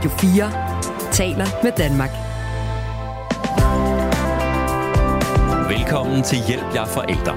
Radio 4 taler med Danmark. Velkommen til Hjælp jer forældre.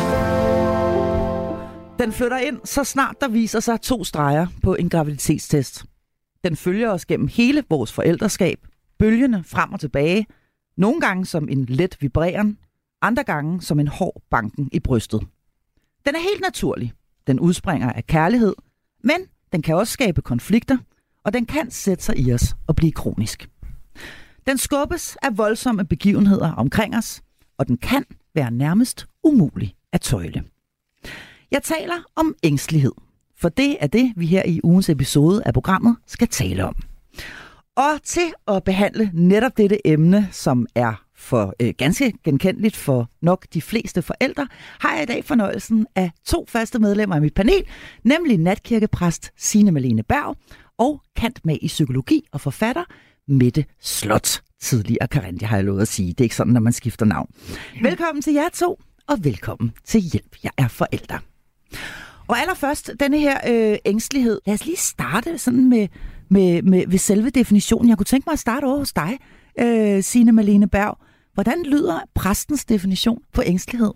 Den flytter ind, så snart der viser sig 2 streger på en graviditetstest. Den følger os gennem hele vores forældreskab, bølgende frem og tilbage, nogle gange som en let vibreren, andre gange som en hård banken i brystet. Den er helt naturlig. Den udspringer af kærlighed, men den kan også skabe konflikter, og den kan sætte sig i os og blive kronisk. Den skubbes af voldsomme begivenheder omkring os, og den kan være nærmest umulig at tøjle. Jeg taler om ængstelighed, for det er det, vi her i ugens episode af programmet skal tale om. Og til at behandle netop dette emne, som er for ganske genkendeligt for nok de fleste forældre, har jeg i dag fornøjelsen af 2 faste medlemmer af mit panel, nemlig natkirkepræst Signe Malene Berg og cand. Mag i psykologi og forfatter Mette Slot. Tidligere Karindia, har jeg lovet at sige. Det er ikke sådan, når man skifter navn. Velkommen til jer 2, og velkommen til Hjælp jeg er forældre. Og allerførst, denne her ængstelighed. Lad os lige starte sådan med selve definitionen. Jeg kunne tænke mig at starte over hos dig, Signe Malene Berg. Hvordan lyder præstens definition på ængstelighed?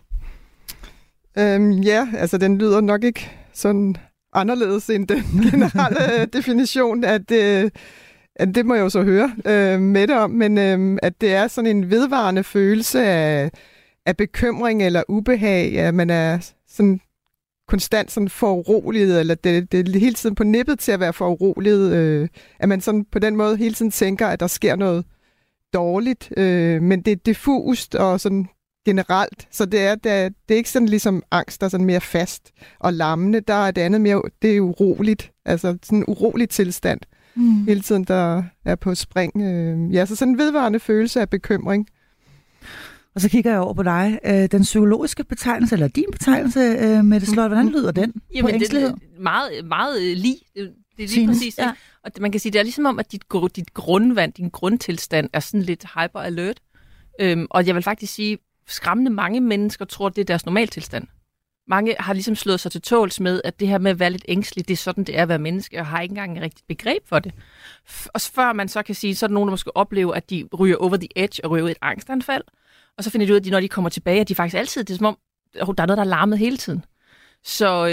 Altså den lyder nok ikke sådan anderledes end den generelle definition, at det må jeg jo så høre med det om, men at det er sådan en vedvarende følelse af bekymring eller ubehag, at man er sådan konstant sådan foruroliget, eller det er hele tiden på nippet til at være foruroliget, at man sådan på den måde hele tiden tænker, at der sker noget dårligt, men det er diffust og sådan generelt, så det er ikke sådan ligesom angst, der er sådan mere fast og lammende, der er det andet mere, det er uroligt, altså sådan en urolig tilstand, hele tiden, der er på spring. Så sådan en vedvarende følelse af bekymring. Og så kigger jeg over på dig. Den psykologiske betegnelse, eller din betegnelse, Mette Slot, hvordan lyder den på ængstelighed? Det er meget lige. Det er lige præcis. Ja. Og man kan sige, det er ligesom om, at dit grundvand, din grundtilstand, er sådan lidt hyper alert. Og jeg vil faktisk sige, skræmmende mange mennesker tror, det er deres normaltilstand. Mange har ligesom slået sig til tåls med, at det her med at være lidt ængstelig, det er sådan, det er at være menneske, og har ikke engang et rigtigt begreb for det. Og før man så kan sige, så er der nogen, der måske oplever, at de ryger over the edge og ryger ud i et angstanfald. Og så finder de ud af, at når de kommer tilbage, at de faktisk altid, det er som om, der er noget, der er larmet hele tiden. Så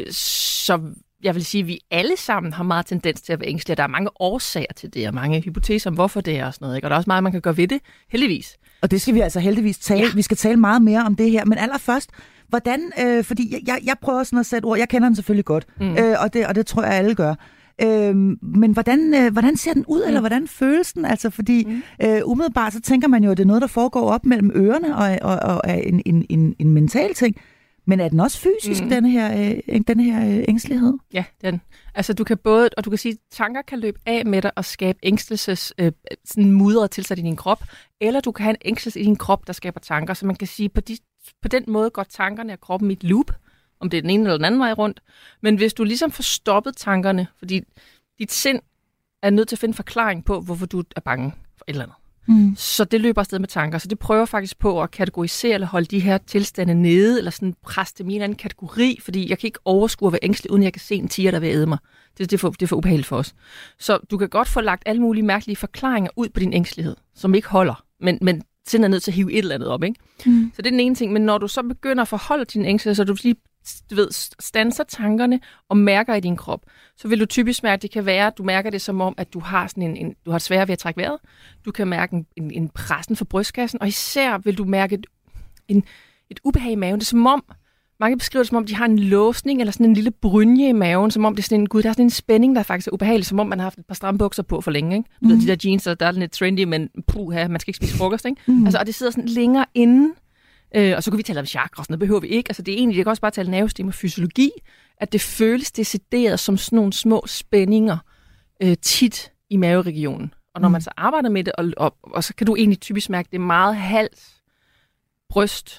jeg vil sige, at vi alle sammen har meget tendens til at være ængstelige. Der er mange årsager til det, og mange hypoteser om, hvorfor det er og sådan noget. Ikke? Og der er også meget, man kan gøre ved det, heldigvis. Og det skal vi altså heldigvis tale. Ja. Vi skal tale meget mere om det her. Men allerførst, hvordan, fordi jeg prøver sådan at sætte ord, jeg kender den selvfølgelig godt, og det tror jeg, alle gør. Men hvordan ser den ud, eller hvordan føles den? Altså, fordi umiddelbart så tænker man jo, at det er noget, der foregår op mellem ørerne og er en mental ting. Men er den også fysisk, denne her ængstelighed? Ja, den. Altså du kan sige, at tanker kan løbe af med dig og skabe ængstelses sådan mudret tilsat i din krop, eller du kan have en ængstelse i din krop, der skaber tanker. Så man kan sige, på den måde går tankerne og kroppen i et loop, om det er den ene eller den anden vej rundt. Men hvis du ligesom får stoppet tankerne, fordi dit sind er nødt til at finde forklaring på, hvorfor du er bange for et eller andet. Så det løber afsted med tanker. Så det prøver faktisk på at kategorisere eller holde de her tilstande nede, eller sådan presse dem i en anden kategori, fordi jeg kan ikke overskue at være ængstelig, uden jeg kan se en tiger, der vil æde mig. Det er for ubehageligt for os. Så du kan godt få lagt alle mulige mærkelige forklaringer ud på din ængstelighed, som ikke holder, men sind er nødt til at hive et eller andet op, ikke? Så det er den ene ting. Men når du så begynder at forholde din ængstelighed, så du lige standser tankerne og mærker i din krop, så vil du typisk mærke, det kan være, at du mærker det som om, at du har sådan du har svært ved at trække vejret. Du kan mærke en pressen for brystkassen, og især vil du mærke et ubehag i maven. Det er som om, mange beskriver det som om, de har en låsning eller sådan en lille brynje i maven, som om det er sådan der er sådan en spænding, der faktisk er ubehagelig, som om man har haft et par stramme bukser på for længe, ikke? Du ved, de der jeans, der er lidt trendy, men man skal ikke spise frokost, ikke? Altså, og det sidder sådan længere inde. Og så kan vi tale om chakra, sådan det behøver vi ikke. Altså det er egentlig, jeg kan også bare tale nervesystem og fysiologi, at det føles decideret som sådan nogle små spændinger tit i maveregionen. Og når man så arbejder med det, og så kan du egentlig typisk mærke, det er meget hals, bryst,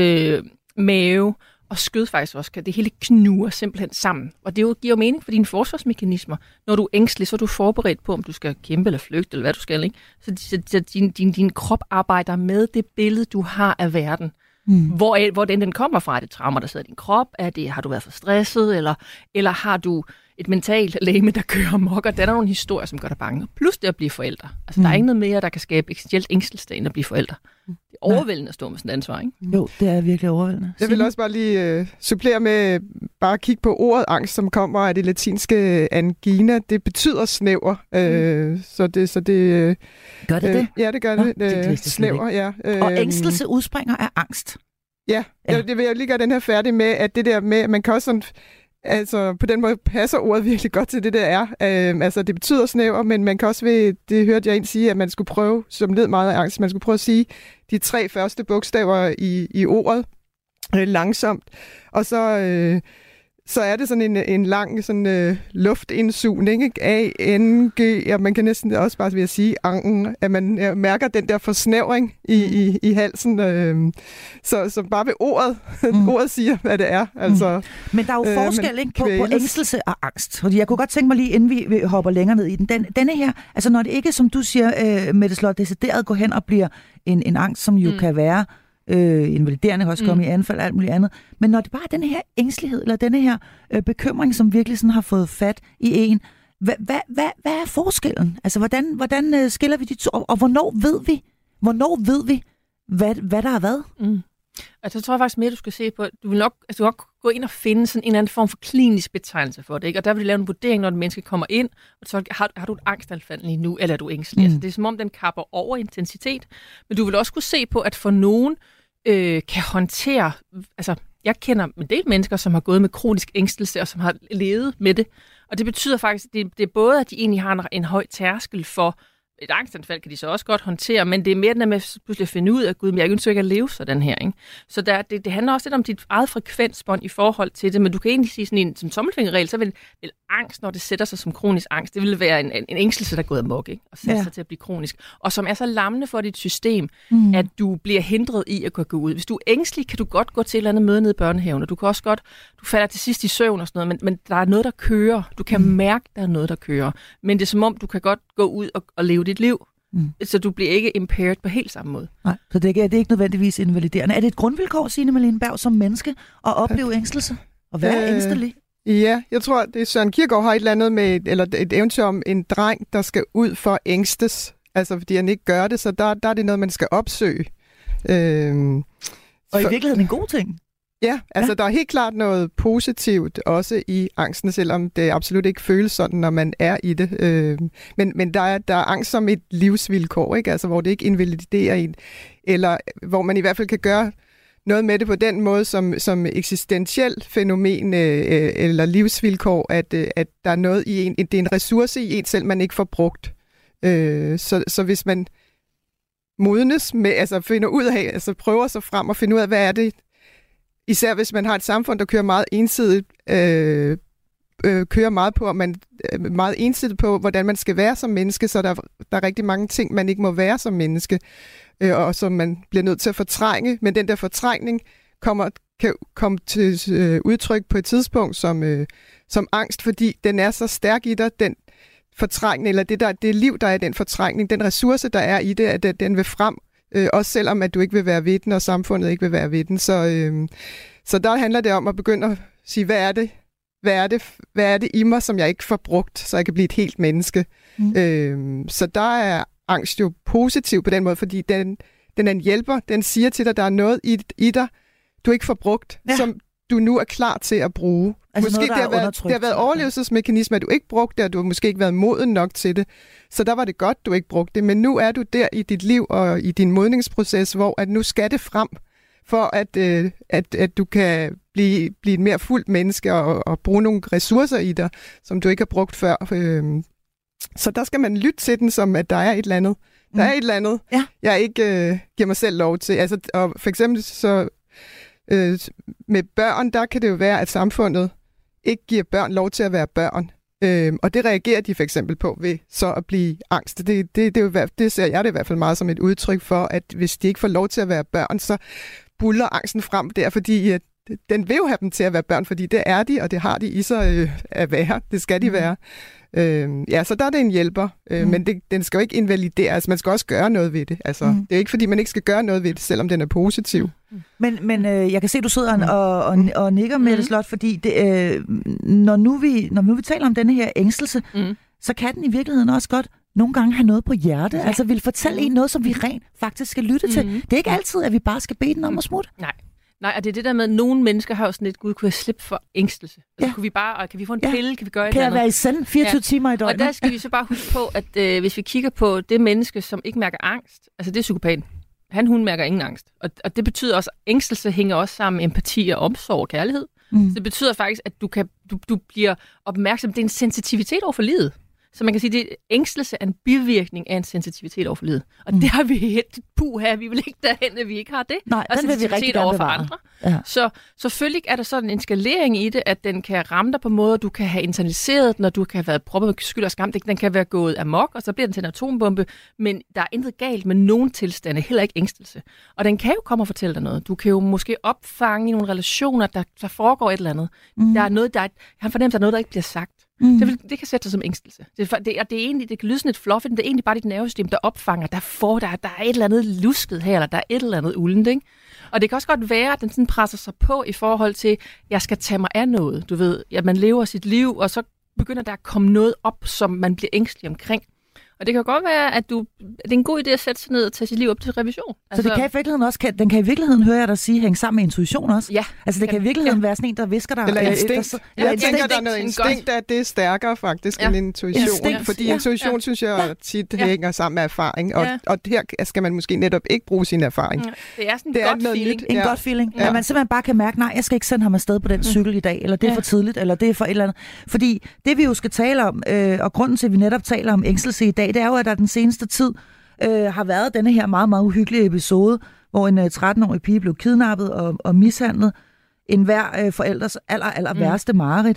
mave og skød faktisk også. Det hele knuger simpelthen sammen. Og det giver jo mening for dine forsvarsmekanismer. Når du er ængstelig, så er du forberedt på, om du skal kæmpe eller flygte, eller hvad du skal, ikke? Så din krop arbejder med det billede, du har af verden. Hvor den kommer fra. Er det traumer, der sidder i din krop? Har du været for stresset? Eller har du et mentalt legeme, der kører amok, og der er nogle historier, som gør dig bange. Plus det at blive forældre. Altså, der er ikke noget mere, der kan skabe eksistentielt ængstelse, end at blive forældre. Det er overvældende at stå med sådan et ansvar, ikke? Jo, det er virkelig overvældende. Jeg vil også bare lige supplere med bare at kigge på ordet angst, som kommer af det latinske angina. Det betyder snæver. Så det gør det? Ja, det gør det. Snæver, ja. Og ængstelse udspringer af angst. Ja, det vil jeg lige gøre den her færdig med, at det der med, at man kan også sådan, altså på den måde passer ordet virkelig godt til det, der er. Altså det betyder snæver, men man kan også det hørte jeg en sige, at man skulle prøve, som led meget af angst, man skulle prøve at sige de 3 første bogstaver i ordet langsomt, og så er det sådan en lang sådan, luftindsugning, ikke? A-N-G, og man kan næsten også bare ved at sige angen, at man mærker den der forsnævring i halsen. Så bare ved ordet siger, hvad det er. Altså, men der er jo forskel ikke, på ængstelse og angst. Fordi jeg kunne godt tænke mig lige, inden vi hopper længere ned i den. Denne her, altså når det ikke, som du siger, Mette Sloth, decideret går hen og bliver en angst, som jo kan være invaliderende, kan også komme i anfald og alt muligt andet. Men når det bare er denne her ængstelighed, eller denne her bekymring, som virkelig sådan har fået fat i en, hvad er forskellen? Altså, hvordan skiller vi de to? Og hvornår ved vi, hvad der er hvad? Altså, jeg tror faktisk mere, du skal se på, du vil nok gå ind og finde sådan en eller anden form for klinisk betegnelse for det, ikke? Og der vil de lave en vurdering, når et menneske kommer ind, og så har du et angstanfald lige nu, eller er du ængstelig? Altså, det er som om, den kapper over intensitet, men du vil også kunne se på, at for nogen kan håndtere, altså, jeg kender en del mennesker, som har gået med kronisk ængstelse, og som har levet med det, og det betyder faktisk, det er både, at de egentlig har en høj tærskel for et angstanfald kan de så også godt håndtere, men det er mere den der med pludselig at finde ud af, gud, men jeg ønsker ikke at leve sådan her, ikke? Så det handler også lidt om dit eget frekvensbånd i forhold til det, men du kan egentlig sige sådan en som tommelfingerregel, så vil angst, når det sætter sig som kronisk angst, det vil være en ængstelse, der er gået amok, ikke? Og sætter sig til at blive kronisk, og som er så lammende for dit system, at du bliver hindret i at kunne gå ud. Hvis du er ængstelig, kan du godt gå til et eller andet møde nede i børnehaven, og du kan også godt, du falder til sidst i søvn og sådan noget, men der er noget, der kører. Du kan mærke, der er noget, der kører. Men det er som om, du kan godt gå ud og leve dit liv. Så du bliver ikke impaired på helt samme måde. Nej, så det er ikke nødvendigvis invaliderende. Er det et grundvilkår, Signe Malene Berg, som menneske, at opleve ængstelse? Og være ængstelig? Ja, jeg tror, det er Søren Kierkegaard har et eller andet med, eller et eventyr om en dreng, der skal ud for ængstes. Altså, fordi han ikke gør det, så der er det noget, man skal opsøge. Og i virkeligheden en god ting. Ja, altså der er helt klart noget positivt også i angsten, selvom det absolut ikke føles sådan, når man er i det. Men der er angst som et livsvilkår, ikke? Altså, hvor det ikke invaliderer en, eller hvor man i hvert fald kan gøre noget med det på den måde som eksistentielt fænomen eller livsvilkår, at der er noget i en, det er en ressource i en selv, man ikke får brugt. Så hvis man modnes med, altså finder ud af, altså prøver sig frem og finder ud af, hvad er det, især hvis man har et samfund, der kører meget ensidigt, kører meget på, og man meget ensidigt på, hvordan man skal være som menneske, så der er rigtig mange ting, man ikke må være som menneske, og som man bliver nødt til at fortrænge. Men den der fortrængning kan komme til udtryk på et tidspunkt som angst, fordi den er så stærk i dig, den fortrængning, eller det liv, der er den fortrængning, den ressource, der er i det, at den vil frem, også selvom at du ikke vil være ved den, og samfundet ikke vil være ved den. Så der handler det om at begynde at sige, hvad er det i mig, som jeg ikke får brugt, så jeg kan blive et helt menneske. Så der er angst jo positiv på den måde, fordi den er en hjælper. Den siger til dig, at der er noget i dig, du ikke får brugt, som du nu er klar til at bruge. Altså måske det har været overlevelsesmekanisme, at du ikke brugte det, og du har måske ikke været moden nok til det. Så der var det godt, du ikke brugte det. Men nu er du der i dit liv og i din modningsproces, hvor at nu skal det frem, for at du kan blive et mere fuldt menneske og bruge nogle ressourcer i dig, som du ikke har brugt før. Så der skal man lytte til den, som at der er et eller andet. Der er et eller andet, jeg ikke giver mig selv lov til. Altså, og for eksempel så med børn, der kan det jo være, at samfundet ikke giver børn lov til at være børn. Og det reagerer de for eksempel på ved så at blive angst. Det ser jeg det i hvert fald meget som et udtryk for, at hvis de ikke får lov til at være børn, så buller angsten frem der, fordi den vil jo have dem til at være børn, fordi det er de, og det har de i sig at være. Det skal de være. Så der er det en hjælper, men den skal jo ikke invalidere. Altså, man skal også gøre noget ved det. Altså, det er ikke, fordi man ikke skal gøre noget ved det, selvom den er positiv. Men jeg kan se, at du sidder og nikker med det, Slot, fordi når nu vi taler om denne her ængstelse, så kan den i virkeligheden også godt nogle gange have noget på hjerte. Ja. Altså vil fortælle en noget, som vi rent faktisk skal lytte til. Det er ikke altid, at vi bare skal bede den om at smutte. Nej, og det er det der med, at nogle mennesker har jo sådan et, Gud, kunne jeg slippe for ængstelse? Altså, kan vi få en pille? Kan vi gøre et eller andet? Kan jeg være i send 24 timer i døgnet? Og der skal vi så bare huske på, at hvis vi kigger på det menneske, som ikke mærker angst, altså det er psykopaten. Hun mærker ingen angst. Og det betyder også, at ængstelse hænger også sammen med empati og omsorg og kærlighed. Så det betyder faktisk, at du bliver opmærksom. Det er en sensitivitet over for livet. Så man kan sige, at ængstelse er en bivirkning af en sensitivitet over for livet. Og det har vi helt her. Vi vil ikke derhen, at vi ikke har det. Nej, og den vil vi rigtig gerne over for bevare. andre. Ja. Så selvfølgelig er der sådan en skalering i det, at den kan ramme dig på måder, du kan have internaliseret, når du kan have været proppet med skyld og skam. Den kan være gået amok, og så bliver den til en atombombe. Men der er intet galt med nogen tilstande, heller ikke ængstelse. Og den kan jo komme og fortælle dig noget. Du kan jo måske opfange i nogle relationer, der foregår et eller andet. Der er noget, han fornemmer, der er noget, der ikke bliver sagt. Det kan sætte sig som ængstelse. Det kan lyde sådan et fluffy, men det er egentlig bare dit nervesystem, der opfanger, der er et eller andet lusket her, eller der er et eller andet uldent, ikke? Og det kan også godt være, at den sådan presser sig på i forhold til, jeg skal tage mig af noget. Du ved, at man lever sit liv, og så begynder der at komme noget op, som man bliver ængstelig omkring. Og det kan godt være, at det er en god idé at sætte sig ned og tage sit liv op til revision. Så det kan i virkeligheden også, den kan i virkeligheden, høre jeg dig sige, hænge sammen med intuition også? Ja. Altså det kan i virkeligheden være sådan en, der visker dig. Eller instinkt. Jeg tænker, der er noget instinkt, at det er stærkere faktisk end intuition. Fordi intuition, synes jeg, tit hænger sammen med erfaring. Og her skal man måske netop ikke bruge sin erfaring. Det er sådan en godt feeling. En godt feeling. At man simpelthen bare kan mærke, nej, jeg skal ikke sende ham afsted på den cykel i dag, eller det er for tidligt, eller det er for et eller andet. Fordi det vi jo skal tale om, og grunden til, at vi netop taler om ængstelse i dag, det er jo, at der den seneste tid har været denne her meget, meget uhyggelige episode, hvor en 13-årig pige blev kidnappet og mishandlet. En hver forældres aller værste mareridt.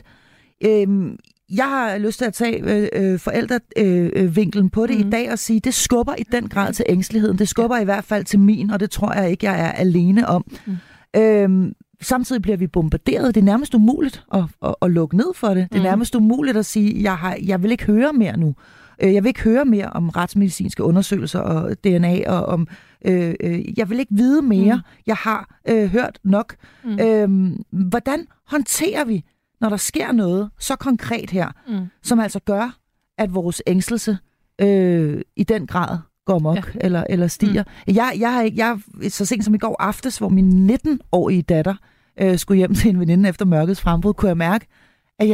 Jeg har lyst til at tage forældrevinklen på det i dag og sige, det skubber i den grad til ængsteligheden. Det skubber i hvert fald til min, og det tror jeg ikke, jeg er alene om. Samtidig bliver vi bombarderet. Det er nærmest umuligt at lukke ned for det. Det er nærmest umuligt at sige, jeg vil ikke høre mere nu. Jeg vil ikke høre mere om retsmedicinske undersøgelser og DNA, og om jeg vil ikke vide mere. Jeg har hørt nok. Hvordan håndterer vi, når der sker noget så konkret her, som altså gør, at vores ængstelse i den grad går mok eller stiger? Jeg så sent som i går aftes, hvor min 19-årige datter skulle hjem til en veninde efter mørkets frembrud, kunne jeg mærke, at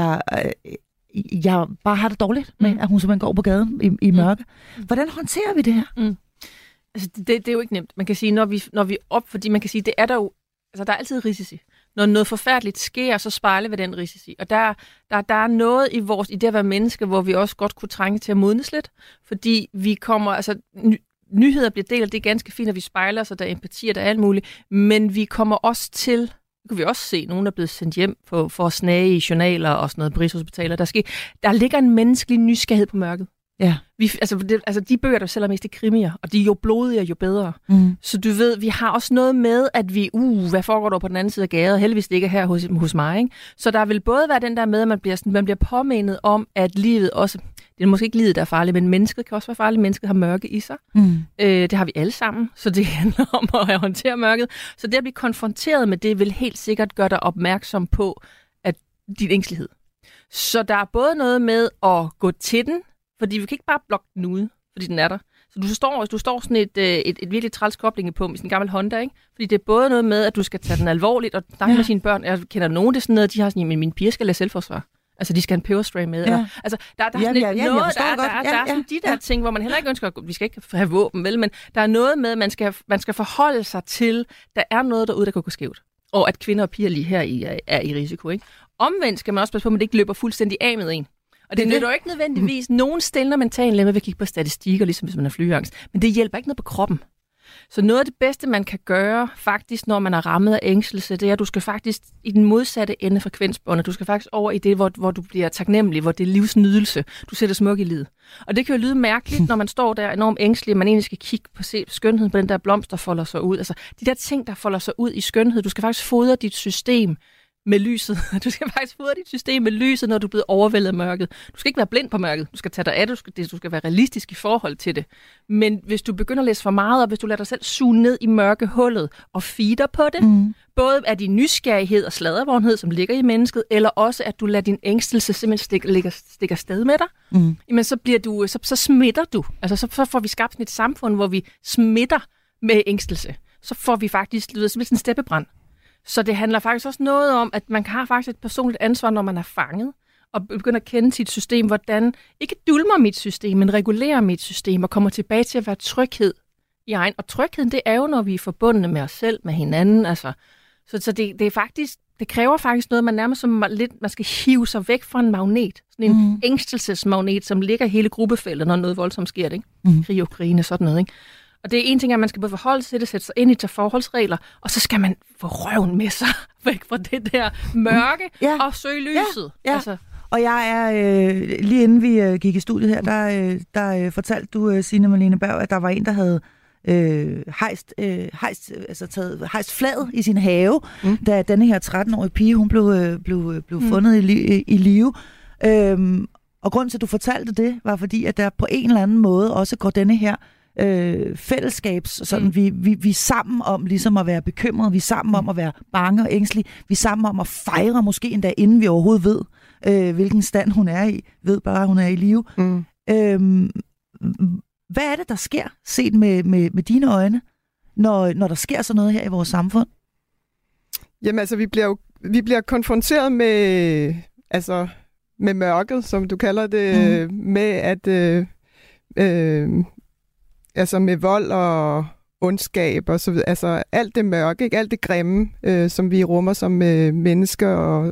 jeg bare har det dårligt med, at hun simpelthen går på gaden i mørke. Hvordan håndterer vi det her? Altså, det er jo ikke nemt. Man kan sige, når vi fordi man kan sige, det er der jo, altså der er altid risici. Når noget forfærdeligt sker, så spejler vi den risici. Og der er noget i det at være menneske, hvor vi også godt kunne trænge til at modnes lidt. Fordi vi kommer, altså nyheder bliver delt, det er ganske fint, at vi spejler os, og der er empati, og der er alt muligt. Men vi kommer også til, det kan vi også se, nogen er blevet sendt hjem for at snage i journaler og sådan noget på Rigshospitaler. Der ligger en menneskelig nysgerrighed på mørket. Ja. De bøger, der sælger mest, er krimier, og de er jo blodigere, jo bedre. Så du ved, vi har også noget med, at vi, hvad foregår der på den anden side af gaden? Heldigvis det ikke er her hos mig, ikke? Så der vil både være den der med, at man bliver påmindet om, at livet også, det er måske ikke livet, der er farligt, men mennesket kan også være farligt. Mennesket har mørke i sig. Det har vi alle sammen, så det handler om at håndtere mørket. Så det at blive konfronteret med det, vil helt sikkert gøre dig opmærksom på, at din ængstelighed. Så der er både noget med at gå til den, fordi vi kan ikke bare blokke den ude, fordi den er der. Så du står sådan et virkelig træls koblingpunkt i sådan en gammel Honda, ikke? Fordi det er både noget med, at du skal tage den alvorligt og snakke med sine børn. Jeg kender nogen, det er sådan noget, de har sådan, mine piger skal lade selvforsvar. Altså, de skal have en peberspray med. Ja. Altså, der er sådan noget, der er sådan de der ting, hvor man heller ikke ønsker, vi skal ikke have våben, vel, men der er noget med, at man skal forholde sig til, der er noget derude, der kan gå skævt. Og at kvinder og piger lige her er i risiko, ikke? Omvendt skal man også passe på, at man ikke løber fuldstændig af med en. Og det nytter jo ikke nødvendigvis nogen stillende mental lemme ved at kigge på statistikker, ligesom hvis man har flyangst. Men det hjælper ikke noget på kroppen. Så noget af det bedste, man kan gøre faktisk, når man er rammet af ængstelse, det er, at du skal faktisk i den modsatte ende af frekvensbåndet. Du skal faktisk over i det, hvor du bliver taknemmelig, hvor det er livsnydelse. Du sætter smuk i livet. Og det kan jo lyde mærkeligt, når man står der enormt ængstelig, og man egentlig skal kigge på skønheden på den der blomst, der folder sig ud. Altså de der ting, der folder sig ud i skønhed. Du skal faktisk fodre dit system med lyset. Du skal faktisk fodre dit system med lyset, når du er blevet overvældet af mørket. Du skal ikke være blind på mørket. Du skal tage dig af det. Du skal være realistisk i forhold til det. Men hvis du begynder at læse for meget, og hvis du lader dig selv suge ned i mørkehullet og feeder på det, både af din nysgerrighed og sladdervornhed, som ligger i mennesket, eller også at du lader din ængstelse simpelthen stikke afsted med dig, jamen så bliver du, så smitter du. Altså så får vi skabt et samfund, hvor vi smitter med ængstelse. Så får vi faktisk sådan en steppebrand. Så det handler faktisk også noget om, at man har faktisk et personligt ansvar, når man er fanget, og begynder at kende sit system, hvordan ikke dulmer mit system, men regulerer mit system, og kommer tilbage til at være tryghed i egen. Og trygheden, det er jo, når vi er forbundne med os selv, med hinanden. Altså. Så det er faktisk, det kræver faktisk noget, man nærmest som lidt, man skal hive sig væk fra en magnet. Sådan en ængstelsesmagnet, som ligger i hele gruppefeltet, når noget voldsomt sker, ikke? Krig og Ukraine, sådan noget, ikke? Og det er en ting, at man skal både forholde sig til det, sætte sig ind i tage forholdsregler, og så skal man få røven med sig væk fra det der mørke og søge lyset. Ja. Altså. Og jeg er, lige inden vi gik i studiet her, der fortalte du, Signe Malene Berg, at der var en, der havde hejst flaget i sin have, da denne her 13-årige pige, hun blev fundet i live. Og grunden til, at du fortalte det, var fordi, at der på en eller anden måde også går denne her fællesskabs, sådan vi er sammen om ligesom at være bekymrede, vi er sammen om at være bange og ængstelige, vi er sammen om at fejre måske endda, inden vi overhovedet ved, hvilken stand hun er i, ved bare, at hun er i live. Hvad er det, der sker, set med dine øjne, når der sker sådan noget her i vores samfund? Jamen altså, vi bliver konfronteret med mørket, som du kalder det, med at med vold og ondskab og så videre. Altså alt det mørke, ikke? Alt det grimme, som vi rummer som mennesker,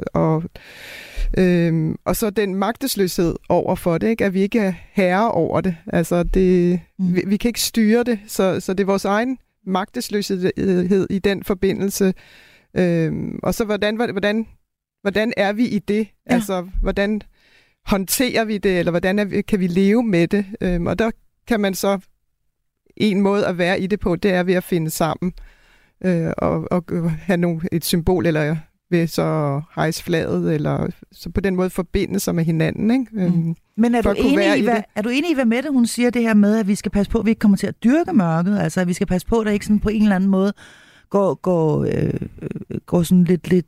og så den magtesløshed over for det, ikke? At vi ikke er herre over det. Altså vi kan ikke styre det, så det er vores egen magtesløshed i den forbindelse. Og så hvordan er vi i det? Ja. Altså hvordan håndterer vi det, eller hvordan kan vi leve med det? Og der kan man så en måde at være i det på, det er ved at finde sammen og have et symbol, eller ved så hejse flaget, eller så på den måde forbinde sig med hinanden. Ikke? Men er du enig i, hvad Mette hun siger, det her med, at vi skal passe på, at vi ikke kommer til at dyrke mørket? Altså, at vi skal passe på, at der ikke sådan på en eller anden måde går sådan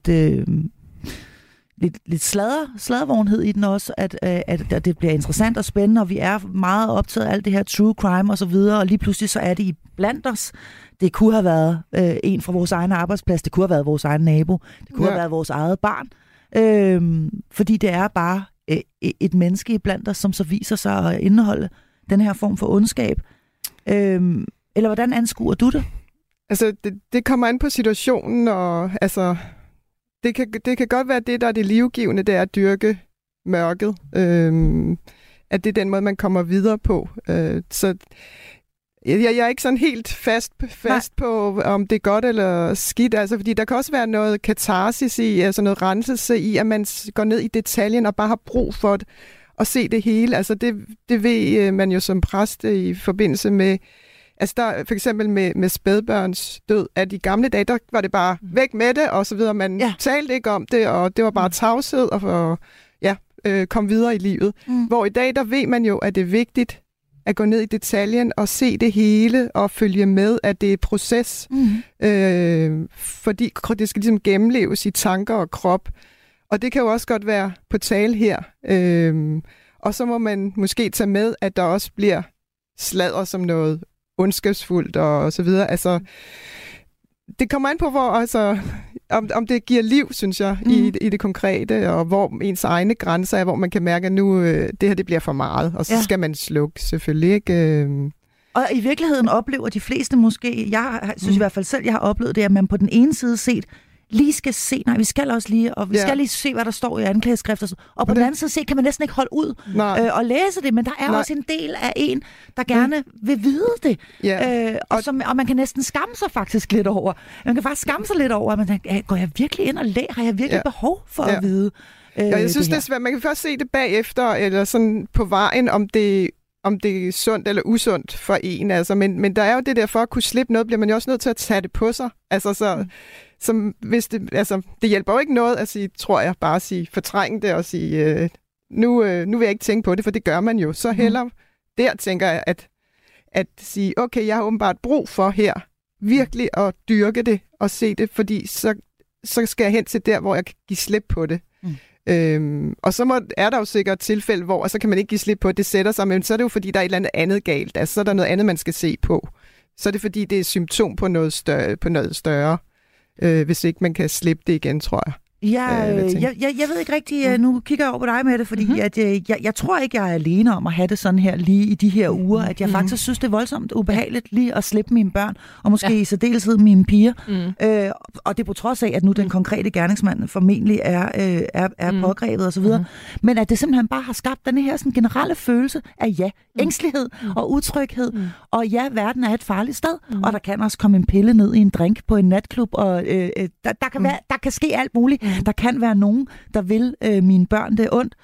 lidt sladdervornhed i den også, at det bliver interessant og spændende, og vi er meget optaget af alt det her true crime og så videre, og lige pludselig så er det i blandt os. Det kunne have været en fra vores egen arbejdsplads, det kunne have været vores egen nabo, det kunne have været vores eget barn, fordi det er bare et menneske i blandt os, som så viser sig at indeholde den her form for ondskab. Eller hvordan anskuer du det? Altså, det kommer an på situationen, og altså det kan godt være det, der er det livgivende, det er at dyrke mørket. At det er den måde, man kommer videre på. Så jeg er ikke sådan helt fast på, om det er godt eller skidt. Altså, fordi der kan også være noget katarsis i, altså noget renselse i, at man går ned i detaljen og bare har brug for det, og se det hele. Altså, det ved man jo som præst i forbindelse med. Altså der for eksempel med spædbørns død, at i gamle dage, der var det bare væk med det, og så videre. Man talte ikke om det, og det var bare tavshed, og kom videre i livet. Hvor i dag, der ved man jo, at det er vigtigt at gå ned i detaljen og se det hele, og følge med, at det er et proces. Fordi det skal ligesom gennemleves i tanker og krop. Og det kan jo også godt være på tale her. Og så må man måske tage med, at der også bliver sladder som noget ondskabsfuldt og så videre. Altså, det kommer an på, om det giver liv, synes jeg, i det konkrete, og hvor ens egne grænser er, hvor man kan mærke, at nu det her det bliver for meget, og så skal man slukke, selvfølgelig. Ikke? Og i virkeligheden oplever de fleste måske, jeg synes i hvert fald selv, jeg har oplevet det, at man på den ene side set lige skal se, nej, vi skal også lige, og vi skal lige se, hvad der står i anklageskrifter. Og på den anden side kan man næsten ikke holde ud og læse det, men der er også en del af en, der gerne vil vide det. Og man kan næsten skamme sig faktisk lidt over. Man kan faktisk skamme sig lidt over, at man tænker, går jeg virkelig ind og har jeg virkelig behov for at vide jeg synes, det er svært. Man kan først se det bagefter, eller sådan på vejen, om det er sundt eller usundt for en. Altså, men der er jo det der, for at kunne slippe noget, bliver man jo også nødt til at tage det på sig. Altså, som hvis det hjælper jo ikke noget at sige, tror jeg, bare at sige, fortrænge det og sige, nu vil jeg ikke tænke på det, for det gør man jo. Så heller der tænker jeg, at sige, okay, jeg har åbenbart brug for her virkelig at dyrke det og se det, fordi så skal jeg hen til der, hvor jeg kan give slip på det. Og så er der jo sikkert tilfælde, hvor så kan man ikke give slip på, at det sætter sig, men så er det jo, fordi der er et eller andet galt. Altså, så er der noget andet, man skal se på. Så er det, fordi det er symptom på noget større, hvis ikke man kan slippe det igen, tror jeg. Jeg ved ikke rigtigt, nu kigger jeg over på dig med det, fordi at, jeg tror ikke, jeg er alene om at have det sådan her lige i de her uger, at jeg faktisk synes, det er voldsomt ubehageligt lige at slippe mine børn, og måske i særdeleshed mine piger. Og det er på trods af, at nu den konkrete gerningsmand formentlig er pågrebet osv. Men at det simpelthen bare har skabt denne her sådan generelle følelse af ængstelighed og utryghed, og verden er et farligt sted, og der kan også komme en pille ned i en drink på en natklub, og der kan ske alt muligt. Der kan være nogen, der vil mine børn det ondt.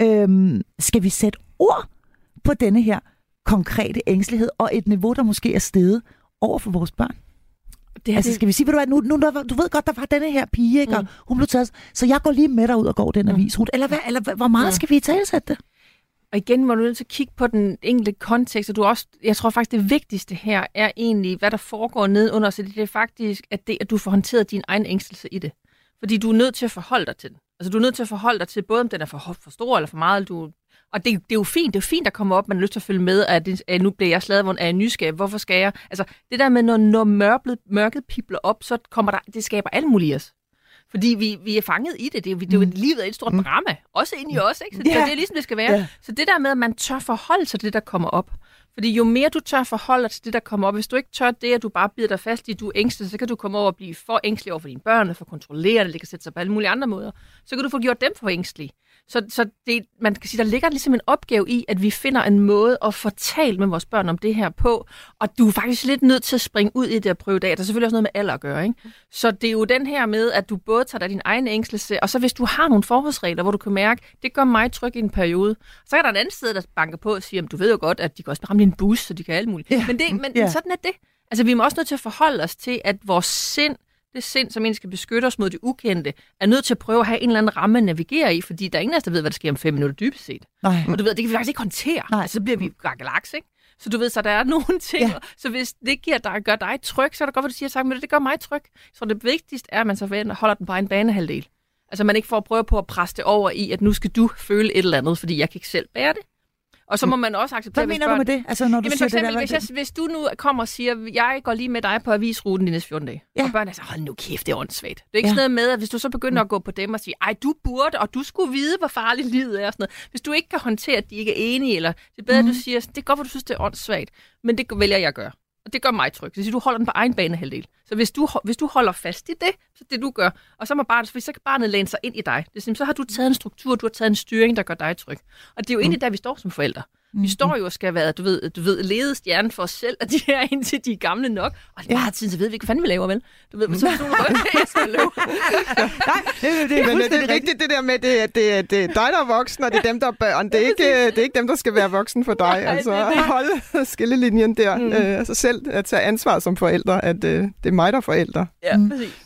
Skal vi sætte ord på denne her konkrete ængstelighed og et niveau, der måske er steget over for vores børn? Skal vi sige, du ved godt, der var denne her pige, ikke? Og hun blev taget, så jeg går lige med dig ud og går den avis. Eller hvor meget skal vi talesætte det? Og igen må du nødt til at kigge på den enkelte kontekst, og jeg tror faktisk, det vigtigste her er egentlig, hvad der foregår nedenunder, så det er faktisk, at du får håndteret din egen ængstelse i det. Fordi du er nødt til at forholde dig til den. Altså, du er nødt til at forholde dig til, både om den er for stor eller for meget. Og det er jo fint. Det er jo fint, der kommer op, man har lyst til at følge med, at nu bliver jeg slaget af en nysgerrig. Hvorfor skal jeg? Altså, det der med, når mørket pibler op, så det skaber alt muligt i os. Fordi vi er fanget i det. Det er jo livet af et stort drama. Også inde i os, ikke? Så det er ligesom det skal være. Så det der med, at man tør forholde sig til det, der kommer op. Fordi jo mere du tør forholde dig til det, der kommer op, hvis du ikke tør det, at du bare bider dig fast i, at du er ængstelig, så kan du komme over og blive for ængstelig over for dine børn, for kontrollerende, det kan sætte sig på alle mulige andre måder. Så kan du få gjort dem for ængstelige. Så det, man kan sige, der ligger ligesom en opgave i, at vi finder en måde at få talt med vores børn om det her på, og du er faktisk lidt nødt til at springe ud i det og prøve det af. Der er selvfølgelig også noget med alder at gøre, ikke? Så det er jo den her med, at du både tager dig din egen ængstelse, og så hvis du har nogle forholdsregler, hvor du kan mærke, det gør mig tryg i en periode, så er der en anden side, der banker på og siger, du ved jo godt, at de kan også ramme en bus, så de kan alt muligt. Men sådan er det. Altså vi må også nødt til at forholde os til, at vores sind, det sind, som egentlig skal beskytte os mod det ukendte, er nødt til at prøve at have en eller anden ramme at navigere i, fordi der er ingen af os, der ved, hvad der sker om 5 minutter dybest set. Nej. Og du ved, det kan vi faktisk ikke håndtere. Altså, så bliver vi galaks, ikke? Så du ved, så der er nogle ting, så hvis det gør dig tryg, så er det godt, hvad du siger, men det gør mig tryg. Så det vigtigste er, at man så holder den på en banehalvdel. Altså man ikke får at prøve på at presse det over i, at nu skal du føle et eller andet, fordi jeg kan ikke selv bære det. Og så må man også acceptere, hvad mener du med det? Altså, når du siger for eksempel, hvis du nu kommer og siger, jeg går lige med dig på avisruten de næste 14 dage, og børn er så, hold nu kæft, det er åndssvagt. Det er ikke sådan noget med, at hvis du så begynder at gå på dem og sige, ej, du burde, og du skulle vide, hvor farligt livet er, og sådan noget. Hvis du ikke kan håndtere, at de ikke er enige, eller det er bedre, at du siger, det er godt, at du synes, det er åndssvagt, men det vælger jeg at gøre. Og det gør mig tryg. Det vil sige, du holder den på egen banehalvdel. Så hvis du holder fast i det, så det du gør, og så kan barnet læne sig ind i dig. Det er, så har du taget en struktur, du har taget en styring, der gør dig tryg. Og det er jo egentlig der, vi står som forældre. Vi står jo og skal være, du ved ledet stjerne for os selv, at de er indtil de er gamle nok. Og det er meget tid, så ved vi ikke, hvad fanden vi laver, vel? Du ved, så jeg skal løbe. Nej, det er rigtigt det der med, at det er dig, der er voksen, og det er dem, der er børn. Det er ikke dem, der skal være voksen for dig. Altså, holde skillelinjen der. Altså selv at tage ansvar som forældre, at det er mig, der er forældre. Ja, præcis.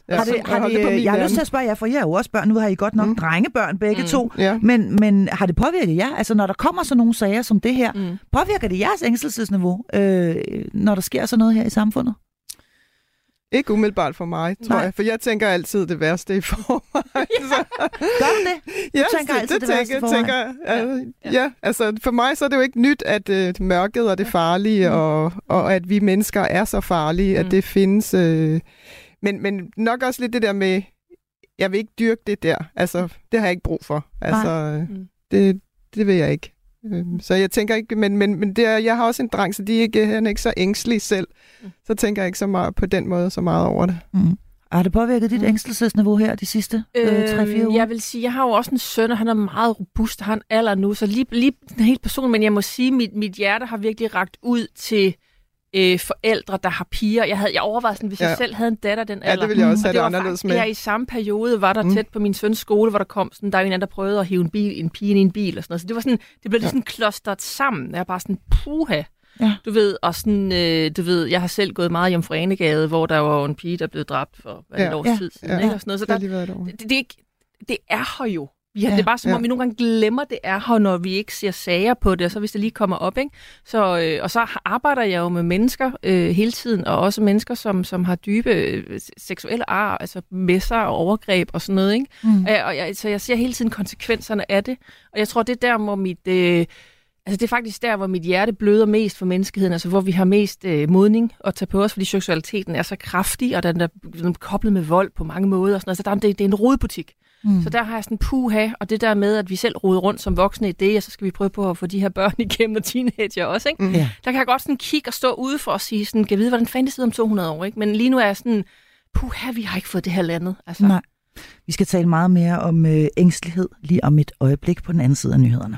Jeg har lyst til at spørge jer, for I er jo også børn. Nu har I godt nok drengebørn begge to. Men har det påvirket jer? Altså, når der kommer så nogle sager som det her, påvirker det jeres ængstelsesniveau, når der sker sådan noget her i samfundet? Ikke umiddelbart for mig, tror jeg. For jeg tænker altid det værste i forvejen. Gør du det? Du tænker altid det værste i forvejen? Ja, altså for mig så er det jo ikke nyt, at mørket og det farlige, og at vi mennesker er så farlige, at det findes. Men nok også lidt det der med, jeg vil ikke dyrke det der. Altså, det har jeg ikke brug for. Altså, det vil jeg ikke. Så jeg tænker ikke, men det er, jeg har også en dreng, så han er ikke så ængstelig selv. Så tænker jeg ikke så meget på den måde så meget over det. Har det påvirket dit ængstelsesniveau her de sidste 3-4 uger? Jeg vil sige, jeg har jo også en søn, og han er meget robust, og har en alder nu, så lige helt personligt, men jeg må sige, mit hjerte har virkelig rakt ud til forældre, der har piger. Jeg overvejede sådan, hvis jeg selv havde en datter den alder. Ja, det ville jeg også have det anderledes med. Ja, i samme periode var der tæt på min søns skole, hvor der kom sådan, der var en anden, der prøvede at hive en pige i en bil og sådan noget. Så det var sådan, det blev sådan klostret sammen. Jeg bare sådan, puha. Ja. Du ved, og sådan, jeg har selv gået meget hjem fra Anegade, hvor der var en pige, der blev dræbt for et års tid siden, ikke? Og sådan noget. Så det er her jo. Det er bare som om, vi nogle gange glemmer, det er her, når vi ikke ser sager på det, og så hvis det lige kommer op, ikke? Så, og så arbejder jeg jo med mennesker hele tiden, og også mennesker, som har dybe seksuelle ar, altså messer og overgreb og sådan noget, ikke? Så jeg ser hele tiden konsekvenserne af det, og jeg tror, det er der, hvor det er faktisk der, hvor mit hjerte bløder mest for menneskeheden, altså hvor vi har mest modning at tage på os, fordi seksualiteten er så kraftig, og den er koblet med vold på mange måder, og sådan noget. Så det er en rodebutik. Så der har jeg sådan puha, og det der med, at vi selv roder rundt som voksne i det, og så skal vi prøve på at få de her børn igennem og teenager også, ikke? Der kan jeg godt sådan kigge og stå ude for at sige sådan, kan jeg vide, hvordan fanden det sidder om 200 år, ikke? Men lige nu er jeg sådan, puha, vi har ikke fået det her landet. Altså. Nej. Vi skal tale meget mere om ængstelighed lige om et øjeblik på den anden side af nyhederne.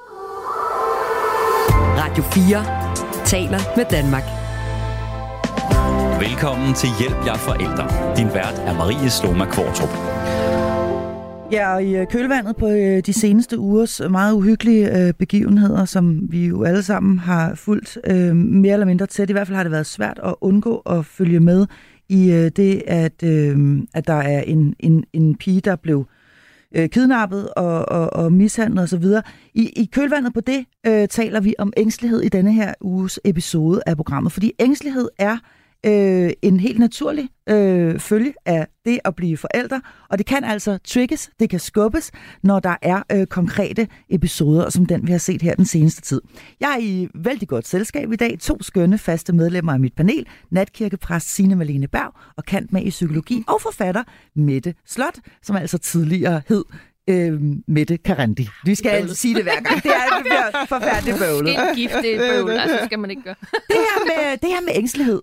Radio 4 taler med Danmark. Velkommen til Hjælp jer forældre. Din vært er Marie Sloma Kvartrup. Ja, og i kølvandet på de seneste ugers meget uhyggelige begivenheder, som vi jo alle sammen har fulgt mere eller mindre tæt. I hvert fald har det været svært at undgå at følge med i det, at der er en pige, der blev kidnappet og mishandlet osv. I kølvandet på det taler vi om ængstelighed i denne her uges episode af programmet, fordi ængstelighed er en helt naturlig følge af det at blive forældre, og det kan altså trigges, det kan skubbes, når der er konkrete episoder, som den vi har set her den seneste tid. Jeg er i vældig godt selskab i dag, 2 skønne faste medlemmer af mit panel, natkirkepræst Signe Malene Berg og cand.mag i psykologi, og forfatter Mette Slot, som altså tidligere hed Mette Karandi. Vi skal altså sige det hver gang. Det er forfærdeligt bøvlet. Indgifte bøvl, altså skal man ikke gøre. Det her med ængstelighed,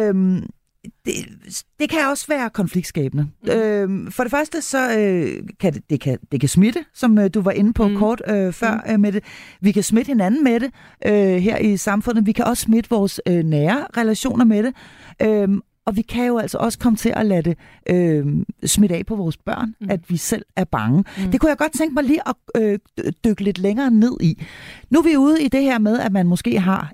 det kan også være konfliktskabende. For det første, så kan det kan smitte, som du var inde på kort før med det. Vi kan smitte hinanden med det her i samfundet. Vi kan også smitte vores nære relationer med det. Og vi kan jo altså også komme til at lade det smitte af på vores børn, at vi selv er bange. Det kunne jeg godt tænke mig lige at dykke lidt længere ned i. Nu er vi ude i det her med, at man måske har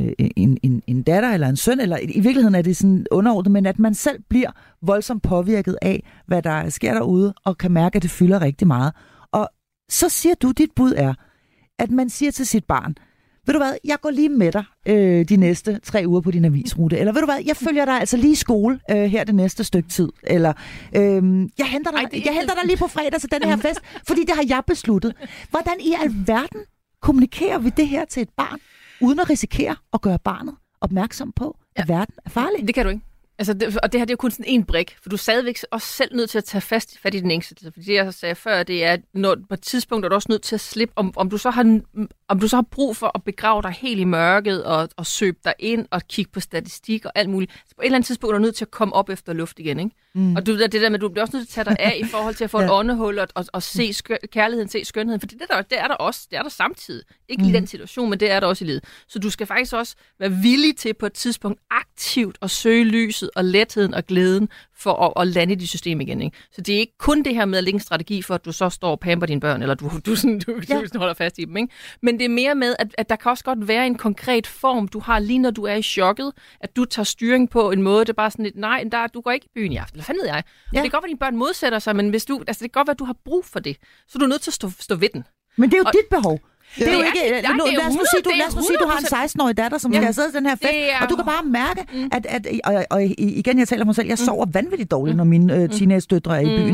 en datter eller en søn, eller i virkeligheden er det sådan underordnet, men at man selv bliver voldsomt påvirket af, hvad der sker derude, og kan mærke, at det fylder rigtig meget. Og så siger du, dit bud er, at man siger til sit barn, ved du hvad, jeg går lige med dig de næste 3 uger på din avisrute. Eller ved du hvad, jeg følger dig altså lige i skole her det næste stykke tid. Eller jeg henter dig lige på fredag til den her fest, fordi det har jeg besluttet. Hvordan i alverden kommunikerer vi det her til et barn, uden at risikere at gøre barnet opmærksom på, at verden er farlig? Det kan du ikke. Altså og det her det er jo kun sådan en brik, for du er stadigvæk også selv nødt til at tage fat i den ængstelse. Fordi det, jeg sagde før, det er, når på et tidspunkt er du også nødt til at slippe, om du så har brug for at begrave dig helt i mørket og søbe dig ind og kigge på statistik og alt muligt. Så på et eller andet tidspunkt er du nødt til at komme op efter luft igen, ikke? Og det der med, du bliver også nødt til at tage dig af i forhold til at få et åndehul og se kærligheden, se skønheden. For det er der også, det er der samtidig. Ikke i den situation, men det er der også i livet. Så du skal faktisk også være villig til på et tidspunkt aktivt at søge lyset og letheden og glæden for at lande i dit system igen, ikke? Så det er ikke kun det her med at lægge en strategi for, at du så står og pamper dine børn, eller du holder fast i dem, ikke? Men det er mere med, at der kan også godt være en konkret form, du har lige når du er i chokket, at du tager styring på en måde, det er bare sådan lidt, nej, du går ikke i byen i aften, eller fanden ved jeg. Ja. Det kan godt være, at dine børn modsætter sig, men hvis det kan godt være, at du har brug for det, så er du nødt til at stå ved den. Men det er jo dit behov. Det er jo ikke, lad os nu sige, du har en 16-årig datter, som skal sidde i den her fest, og du kan bare mærke, og igen, jeg taler mig selv, jeg sover vanvittigt dårligt, når mine teenage-døtre er i byen.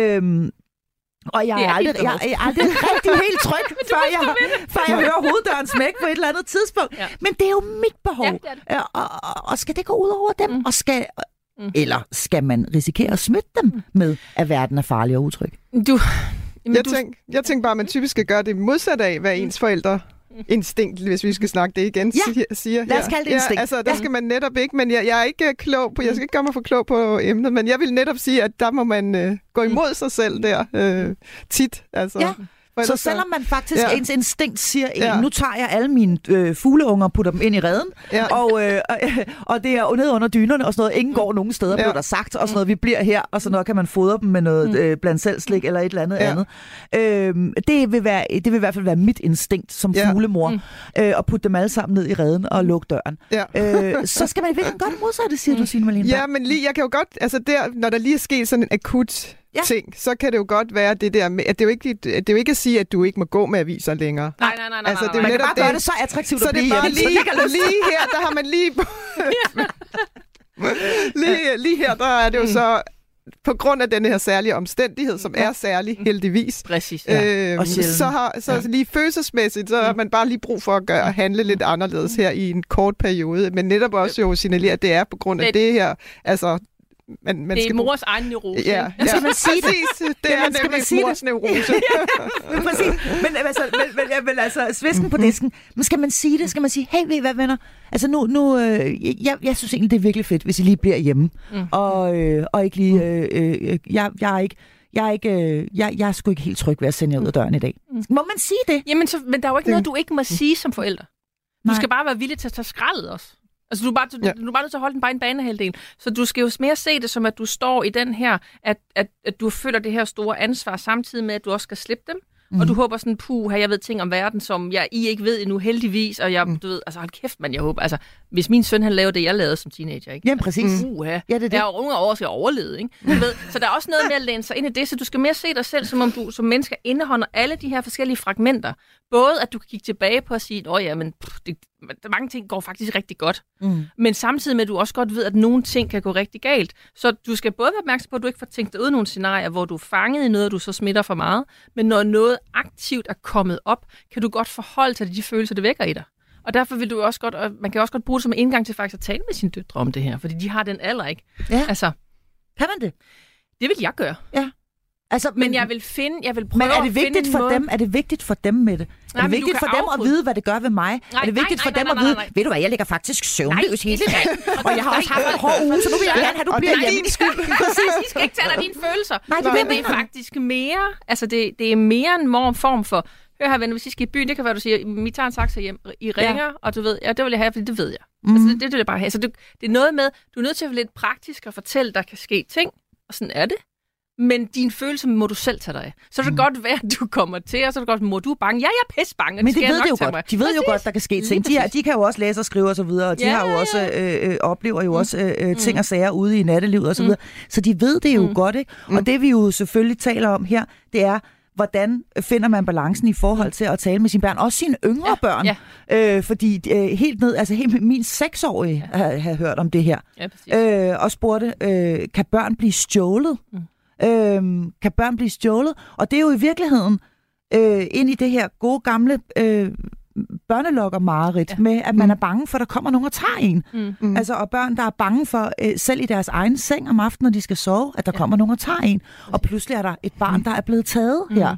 Og jeg er aldrig rigtig helt tryg, før jeg hører hoveddøren smække på et eller andet tidspunkt. Ja. Men det er jo mit behov. Ja, og skal det gå ud over dem? Eller skal man risikere at smitte dem med, at verden er farlig og utryg? Jeg tænker bare, at man typisk skal gøre det modsat af, hvad ens forældre instinkt, hvis vi skal snakke det igen, siger lad os kalde det instinkt. Altså, der skal man netop ikke, men jeg er ikke klog på, jeg skal ikke gøre mig for klog på emnet, men jeg vil netop sige, at der må man gå imod sig selv der tit. Altså. Ja. Så selvom man faktisk ens instinkt siger, nu tager jeg alle mine fugleunger og putter dem ind i reden, og det er ned under dynerne og sådan noget. Ingen går nogen steder, blev der sagt, og sådan noget. Vi bliver her, og så noget kan man fodre dem med noget blandt selv slik eller et eller andet andet. Det vil i hvert fald være mit instinkt som fuglemor, at putte dem alle sammen ned i reden og lukke døren. Så skal man virkelig gøre det modsatte, siger du, Signe Malene. Ja, men lige, jeg kan jo godt, altså når der lige er sket sådan en akut ting, så kan det jo godt være det der med, at det er jo ikke at sige, at du ikke må gå med aviser længere. Nej. Altså, det er man kan bare gøre det så attraktivt at blive hjemme. Lige her, der har man lige her, der er det jo så på grund af den her særlige omstændighed, som er særlig, heldigvis. Præcis. Så lige følelsesmæssigt, så har man bare lige brug for at handle lidt anderledes her i en kort periode, men netop også jo signalere, at det er på grund af det her, altså man det er mors egen neurose. Ja, skal man sige det? Det er nemlig mors neurose. Præcis. Men altså, svisken på disken. Men skal man sige det? Skal man sige, hey, ved I hvad, venner? Altså nu jeg synes egentlig, det er virkelig fedt, hvis I lige bliver hjemme. Og ikke lige... Jeg er sgu ikke helt tryg ved at sende jer ud af døren i dag. Må man sige det? Jamen, men der er jo ikke noget, du ikke må sige som forælder. Du skal bare være villig til at tage skraldet også. Altså, du er bare nødt til at holde den bare en banehalvdel. Så du skal jo mere se det som, at du står i den her, at du føler det her store ansvar, samtidig med, at du også skal slippe dem. Og du håber sådan, jeg ved ting om verden, som I ikke ved endnu, heldigvis. Og du ved, altså hold kæft, man, jeg håber. Altså, hvis min søn, han laver det, jeg lavede som teenager, ikke? Jamen, præcis. Ja, det er jo unge år skal overleve, ikke? Ved, så der er også noget med at læne sig ind i det, så du skal mere se dig selv, som om du som menneske indeholder alle de her forskellige fragmenter. Både at du kan kigge tilbage på og sige, mange ting går faktisk rigtig godt. Men samtidig med, at du også godt ved, at nogle ting kan gå rigtig galt. Så du skal både være opmærksom på, at du ikke får tænkt dig ud nogle scenarier, hvor du er fanget i noget, og du så smitter for meget. Men når noget aktivt er kommet op, kan du godt forholde sig til de følelser, det vækker i dig. Og derfor vil du også godt, og man kan også godt bruge det som en indgang til faktisk at tale med sine døtre om det her, fordi de har den alder, ikke? Ja. Altså, kan man det? Det vil jeg gøre. Ja. Altså, men jeg vil prøve men er det vigtigt for dem? Er det vigtigt for dem med det? Er det vigtigt for dem at vide, hvad det gør ved mig? Er det vigtigt for dem at vide, ved du hvad, jeg ligger faktisk søvnløs hele dagen, og jeg har også haft en hård uge, så nu vil jeg gerne have, du bliver hjemme. Din skyld. Præcis, I skal ikke tage dig dine følelser. Nej, det er faktisk mere, altså det er mere en form for, hør her venner, hvis I skal i byen, det kan være, du siger, vi tager en taxa hjem, I ringer, og du ved, det vil jeg have, fordi det ved jeg. Altså det vil jeg bare have. Så det er noget med, du er nødt til at være lidt praktisk og fortælle, der kan ske ting, og sådan er det. Men din følelse må du selv tage dig af. Så kan det godt være, at du kommer til, og så er det godt, mor, du er bange. Ja, jeg er pisse bange. Men de ved det jo godt. De ved jo godt, der kan ske ting. De kan jo også læse og skrive og så videre, og de har jo også oplever jo også ting og sager ude i nattelivet og så videre. Så de ved det jo godt, ikke? Og det vi jo selvfølgelig taler om her, det er, hvordan finder man balancen i forhold til at tale med sine børn, også sine yngre børn. Ja. Fordi helt ned, altså helt min 6-årige har hørt om det her. Og spurgte, kan børn blive stjålet? Kan børn blive stjålet? Og det er jo i virkeligheden ind i det her gode gamle børnelokker-mareridt med, at man er bange for, at der kommer nogen og tager en. Altså, og børn, der er bange for, selv i deres egen seng om aftenen, når de skal sove, at der kommer nogen og tager en. Og pludselig er der et barn, der er blevet taget her.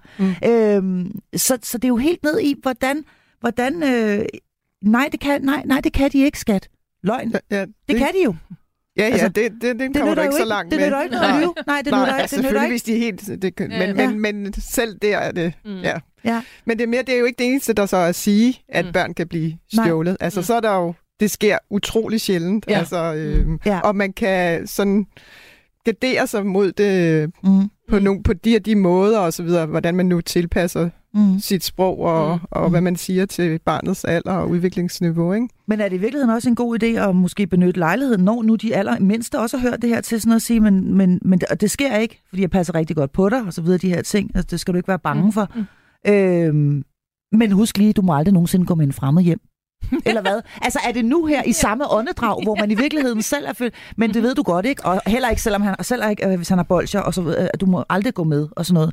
Så det er jo helt ned i, hvordan nej, det kan de ikke, skat. Løgn. Ja, det kan de jo. Ja, altså, det kommer du ikke så langt med. Det nytter ikke noget at lyve. Nej, det nytter ikke. Selvfølgelig, hvis de er helt... Men selv der er det... Ja. Men det er jo ikke det eneste, der så er at sige, at børn kan blive stjålet. Altså, så er der jo... Det sker utrolig sjældent. Ja. Altså, og man kan sådan gardere sig mod det på de måder og så videre, hvordan man nu tilpasser sit sprog og hvad man siger til barnets alder og udviklingsniveau, ikke? Men er det i virkeligheden også en god idé at måske benytte lejligheden, når nu de allermindste også har hørt det her til sådan at sige, men det sker ikke, fordi jeg passer rigtig godt på dig og så videre, de her ting. Altså, det skal du ikke være bange for. Men husk lige, du må aldrig nogensinde gå med en fremmed hjem. Eller hvad? Altså, er det nu her i samme åndedrag, hvor man i virkeligheden selv er født, men det ved du godt, ikke? Og heller ikke, selvom hvis han har bolsjer, og så videre, du må aldrig gå med, og sådan noget.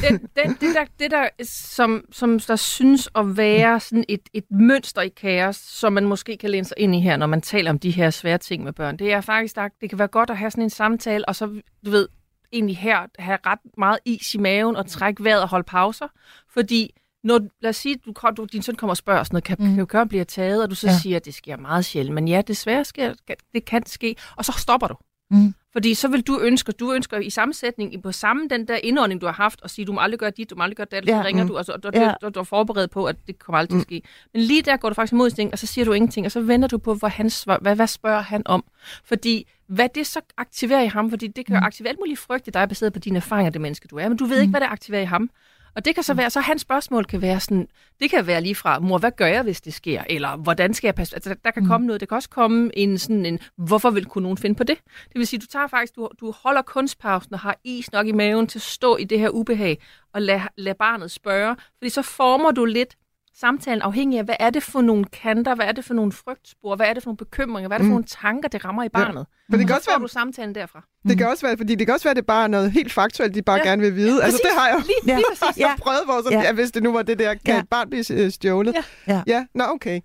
Det der som der synes at være sådan et mønster i kaos, som man måske kan læne sig ind i her, når man taler om de her svære ting med børn, det er faktisk, det kan være godt at have sådan en samtale, og så, du ved, egentlig her have ret meget is i maven, og trække vejret og holde pauser, fordi lad os sige, din søn kommer og spørger sådan noget, kan blive taget, og du så siger, at det sker meget sjældent. Men ja, desværre det kan ske, og så stopper du. Fordi så vil du ønsker i sammensætning på samme den der indånding, du har haft, og sige, du må aldrig gøre dit, du må aldrig gøre det, så ringer du, og du er forberedt på, at det kommer aldrig til at ske. Men lige der går du faktisk imod ting, og så siger du ingenting, og så venter du på, hvad spørger han om? Fordi hvad det så aktiverer i ham, fordi det kan aktivere alt muligt frygt i dig, baseret på dine erfaringer, det menneske du er, men du ved ikke, hvad det aktiverer i ham. Og det kan så være, så hans spørgsmål kan være sådan, det kan være lige fra, mor, hvad gør jeg, hvis det sker? Eller hvordan skal jeg passe? Altså, der kan komme noget, det kan også komme en, hvorfor vil kunne nogen finde på det? Det vil sige, du tager faktisk, du holder kunstpausen og har is nok i maven til at stå i det her ubehag, og lad barnet spørge, fordi så former du lidt samtalen afhængig af, hvad er det for nogle kanter, hvad er det for nogle frygtspor, hvad er det for nogle bekymringer, hvad er det for nogle tanker, det rammer i barnet. For det kan også være, du samtalen derfra. Det kan også være, fordi det kan også være, at det bare er noget helt faktuelt, de bare gerne vil vide. Præcis. Altså, det har jeg jo lige præcis. prøvet, hvor hvis det nu var det der, kan et barn blive stjålet? Nå, okay.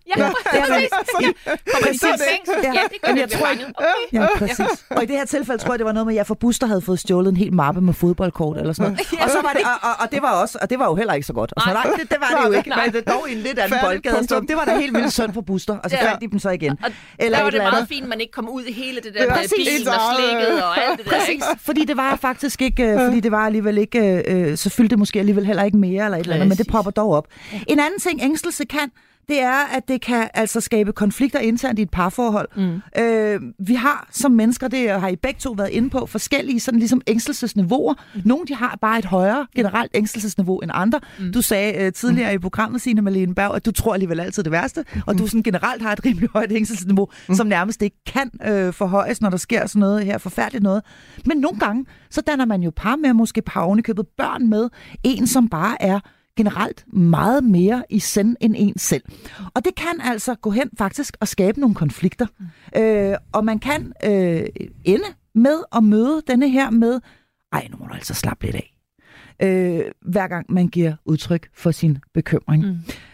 Kommer de til fængsel? Ja, det gør det fanget. Ja, præcis. Og i det her tilfælde tror jeg, det var noget med, at jeg for Buster havde fået stjålet en hel mappe med fodboldkort eller sådan noget. Og så var det, og det var jo heller ikke så godt. Og så, nej, det var det jo ikke. Men det dog i en lidt anden boldgade. Så det var da helt vildt synd for Buster. Og så fandt de dem så igen. Eller der var det meget fint, man ikke kom ud i hele det der med bilen og slikket og alt det der. Præcis, fordi det var faktisk ikke, fordi det var alligevel ikke, så fyldte det måske alligevel heller ikke mere eller et eller andet, men det popper dog op. En anden ting, ængstelse kan, det er, at det kan altså skabe konflikter internt i et parforhold. Vi har som mennesker, det har I begge to været inde på, forskellige sådan ligesom ængstelsesniveauer. Nogle, de har bare et højere generelt ængstelsesniveau end andre. Du sagde tidligere i programmet, Signe Malene Berg, at du tror alligevel altid det værste, og du sådan generelt har et rimelig højt ængstelsesniveau, som nærmest ikke kan forhøjes, når der sker sådan noget her forfærdeligt noget. Men nogle gange, så danner man jo par med, måske par ovenikøbet børn med, en som bare er generelt meget mere i send end en selv. Og det kan altså gå hen faktisk og skabe nogle konflikter. Og man kan ende med at møde denne her med, ej, nu må du altså slappe lidt af. Hver gang man giver udtryk for sin bekymring.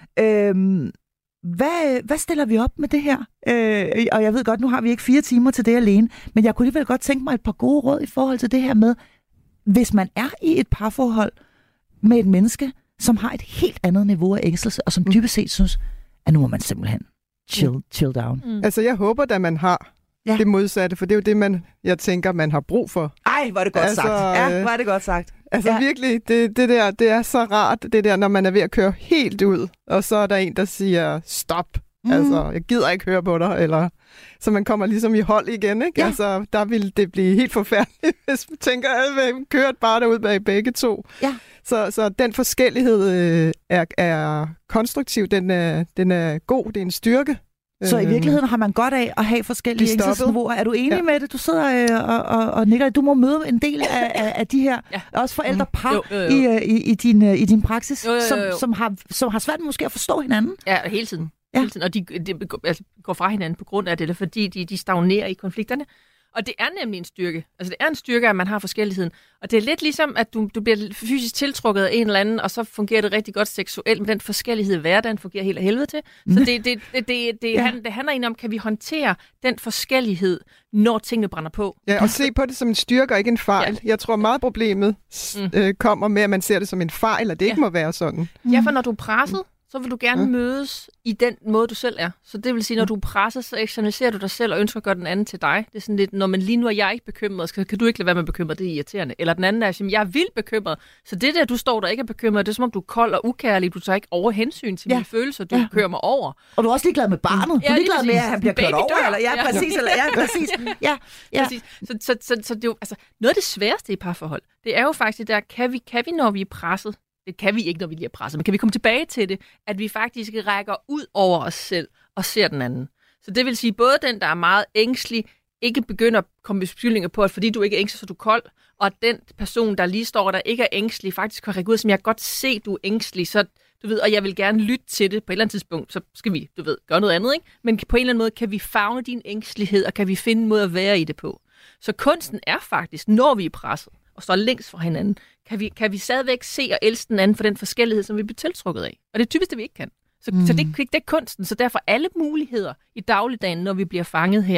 Hvad stiller vi op med det her? Og jeg ved godt, nu har vi ikke 4 timer til det alene, men jeg kunne alligevel godt tænke mig et par gode råd i forhold til det her med, hvis man er i et parforhold med et menneske, som har et helt andet niveau af ængstelse, og som dybest set synes, at nu må man simpelthen chill down. Altså, jeg håber, at man har det modsatte, for det er jo det, jeg tænker, man har brug for. Ej, hvor er det godt sagt. Ja, hvor er det godt sagt. Altså virkelig, det der, det er så rart, det der, når man er ved at køre helt ud, og så er der en, der siger, stop. Altså, jeg gider ikke høre på dig, eller så man kommer ligesom i hold igen, ikke? Ja. Altså, der vil det blive helt forfærdeligt, hvis man tænker, at vi kører bare derud bag begge to. Ja. Så den forskellighed er konstruktiv, den er god, det er en styrke. Så i virkeligheden har man godt af at have forskellige ængstelsesniveauer. Er du enig med det? Du sidder og nikker. Du må møde en del af de her, også forældrepar i din praksis, som har svært måske at forstå hinanden. Ja, hele tiden. Ja. Og de går fra hinanden på grund af det, eller fordi de stagnerer i konflikterne. Og det er nemlig en styrke. Altså det er en styrke, at man har forskelligheden. Og det er lidt ligesom, at du bliver fysisk tiltrukket af en eller anden, og så fungerer det rigtig godt seksuelt, men den forskellighed i hverdagen fungerer helt af helvede til. Så det handler egentlig om, kan vi håndtere den forskellighed, når tingene brænder på. Ja, og se på det som en styrke og ikke en fejl. Ja. Jeg tror meget problemet kommer med, at man ser det som en fejl, og det ikke må være sådan. Ja, for når du er presset, så vil du gerne mødes i den måde, du selv er. Så det vil sige, når du er presset, så eksternaliserer du dig selv og ønsker at gøre den anden til dig. Det er sådan lidt, når man lige nu er jeg ikke bekymret, så kan du ikke lade være med at bekymre, det er irriterende. Eller den anden er, at jeg er vildt bekymret. Så det der, du står der ikke er bekymret, det er som om du er kold og ukærlig. Du tager ikke over hensyn til mine følelser, du kører mig over. Og du er også ligeglad med barnet. Du er ligeglad med, at han bliver kørt over. Eller, præcis. Præcis. Så det er jo, altså, noget af det sværeste i parforhold, det er jo faktisk der, kan vi, når vi er presset, det kan vi ikke, når vi lige er presset, men kan vi komme tilbage til det, at vi faktisk rækker ud over os selv og ser den anden. Så det vil sige, både den, der er meget ængstelig, ikke begynder at komme med beskyldninger på, at fordi du ikke er ængstelig, så er du kold, og at den person, der lige står der ikke er ængstelig, faktisk kan række ud, som jeg kan godt se, du er ængstelig, så du ved, og jeg vil gerne lytte til det på et eller andet tidspunkt, så skal vi, du ved, gøre noget andet, ikke? Men på en eller anden måde kan vi favne din ængstelighed, og kan vi finde en måde at være i det på. Så kunsten er faktisk, når vi er presset, og står længst fra hinanden, kan vi stadigvæk se og elske den anden for den forskellighed, som vi bliver tiltrukket af. Og det er typisk det, vi ikke kan. Så det er kunsten. Så derfor alle muligheder i dagligdagen, når vi bliver fanget her,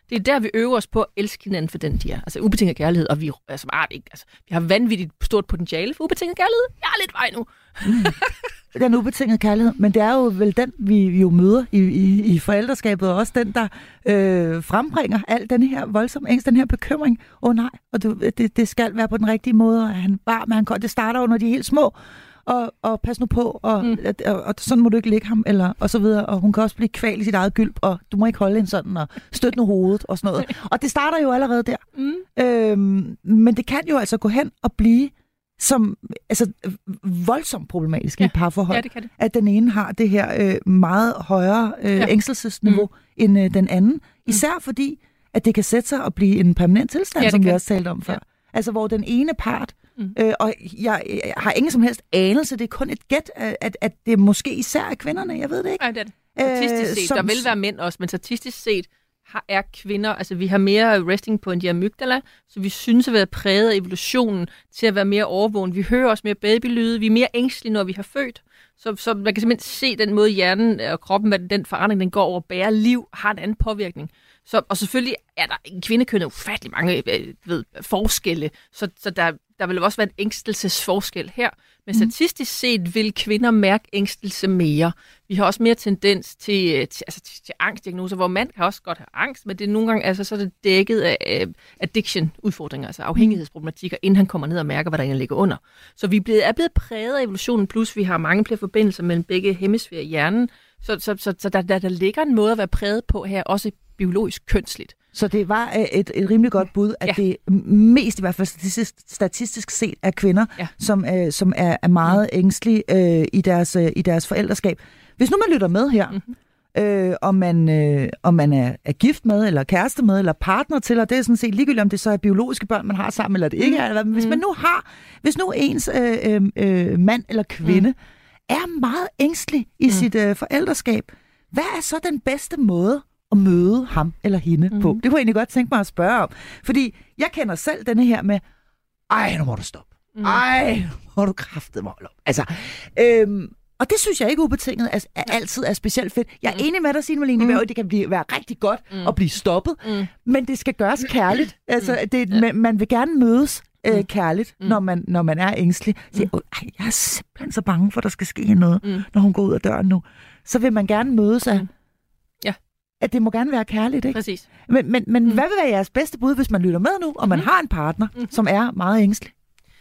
Det er der, vi øver os på at elske hinanden for den, de er. Altså ubetinget kærlighed, og vi som art ikke. Altså, vi har vanvittigt stort potentiale for ubetinget kærlighed. Jeg er lidt vej nu. Den ubetingede kærlighed, men det er jo vel den, vi jo møder i forældreskabet, og også den, der frembringer al den her voldsomme ængst, den her bekymring. Nej, og det skal være på den rigtige måde, og han varm, han godt. Det starter jo, når de er helt små, og pas nu på, og sådan må du ikke lægge ham, eller og så videre, og hun kan også blive kvalt i sit eget gylp, og du må ikke holde hende sådan, og støtte nu hovedet, og sådan noget. Og det starter jo allerede der. Men det kan jo altså gå hen og blive som voldsomt problematisk i et parforhold, at den ene har det her meget højere ængstelsesniveau end den anden. Især fordi, at det kan sætte sig og blive en permanent tilstand, som vi også talte om før. Altså, hvor den ene part, og jeg har ingen som helst anelse, det er kun et gæt, at det måske især er kvinderne, jeg ved det ikke. Nej, det er det. Statistisk set, der vil være mænd også, men statistisk set er kvinder, altså vi har mere resting point i amygdala, så vi synes at være præget af evolutionen til at være mere overvågen. Vi hører også mere babylyde, vi er mere ængstelige, når vi har født. Så man kan simpelthen se den måde hjernen og kroppen, den forandring, den går over at bære liv, har en anden påvirkning. Og selvfølgelig er der i kvindekønnet ufattelig mange forskelle, så der vil også være en ængstelsesforskel her. Men statistisk set vil kvinder mærke ængstelse mere. Vi har også mere tendens til angstdiagnoser, hvor mand kan også godt have angst, men det er nogle gange så er det dækket af addiction-udfordringer, altså afhængighedsproblematikker, inden han kommer ned og mærker, hvad der egentlig ligger under. Så vi er blevet præget af evolutionen, plus vi har mange flere forbindelser mellem begge hemisfærer i hjernen, så der ligger en måde at være præget på her, også biologisk kønsligt. Så det var et rimelig godt bud, at det mest i hvert fald statistisk set er kvinder, som er meget ængstelige i deres forældreskab. Hvis nu man lytter med her, om man er gift med, eller kæreste med, eller partner til, og det er sådan set ligegyldigt, om det så er biologiske børn, man har sammen, eller det ikke er. Hvis nu ens mand eller kvinde er meget ængstelig i sit forældreskab, hvad er så den bedste måde at møde ham eller hende på? Det kunne jeg egentlig godt tænke mig at spørge om. Fordi jeg kender selv denne her med, nu må du stoppe. Nu må du kraftedeme holde op. Altså, og det synes jeg ikke ubetinget altid er specielt fedt. Jeg er enig med dig, Signe Malene, det kan være rigtig godt at blive stoppet, men det skal gøres kærligt. Altså, man vil gerne mødes kærligt, når man er ængstelig. Jeg er simpelthen så bange for, at der skal ske noget, når hun går ud af døren nu. Så vil man gerne mødes af at det må gerne være kærligt, ikke? Præcis. Men hvad vil være jeres bedste bud, hvis man lytter med nu, og man har en partner, som er meget ængstelig?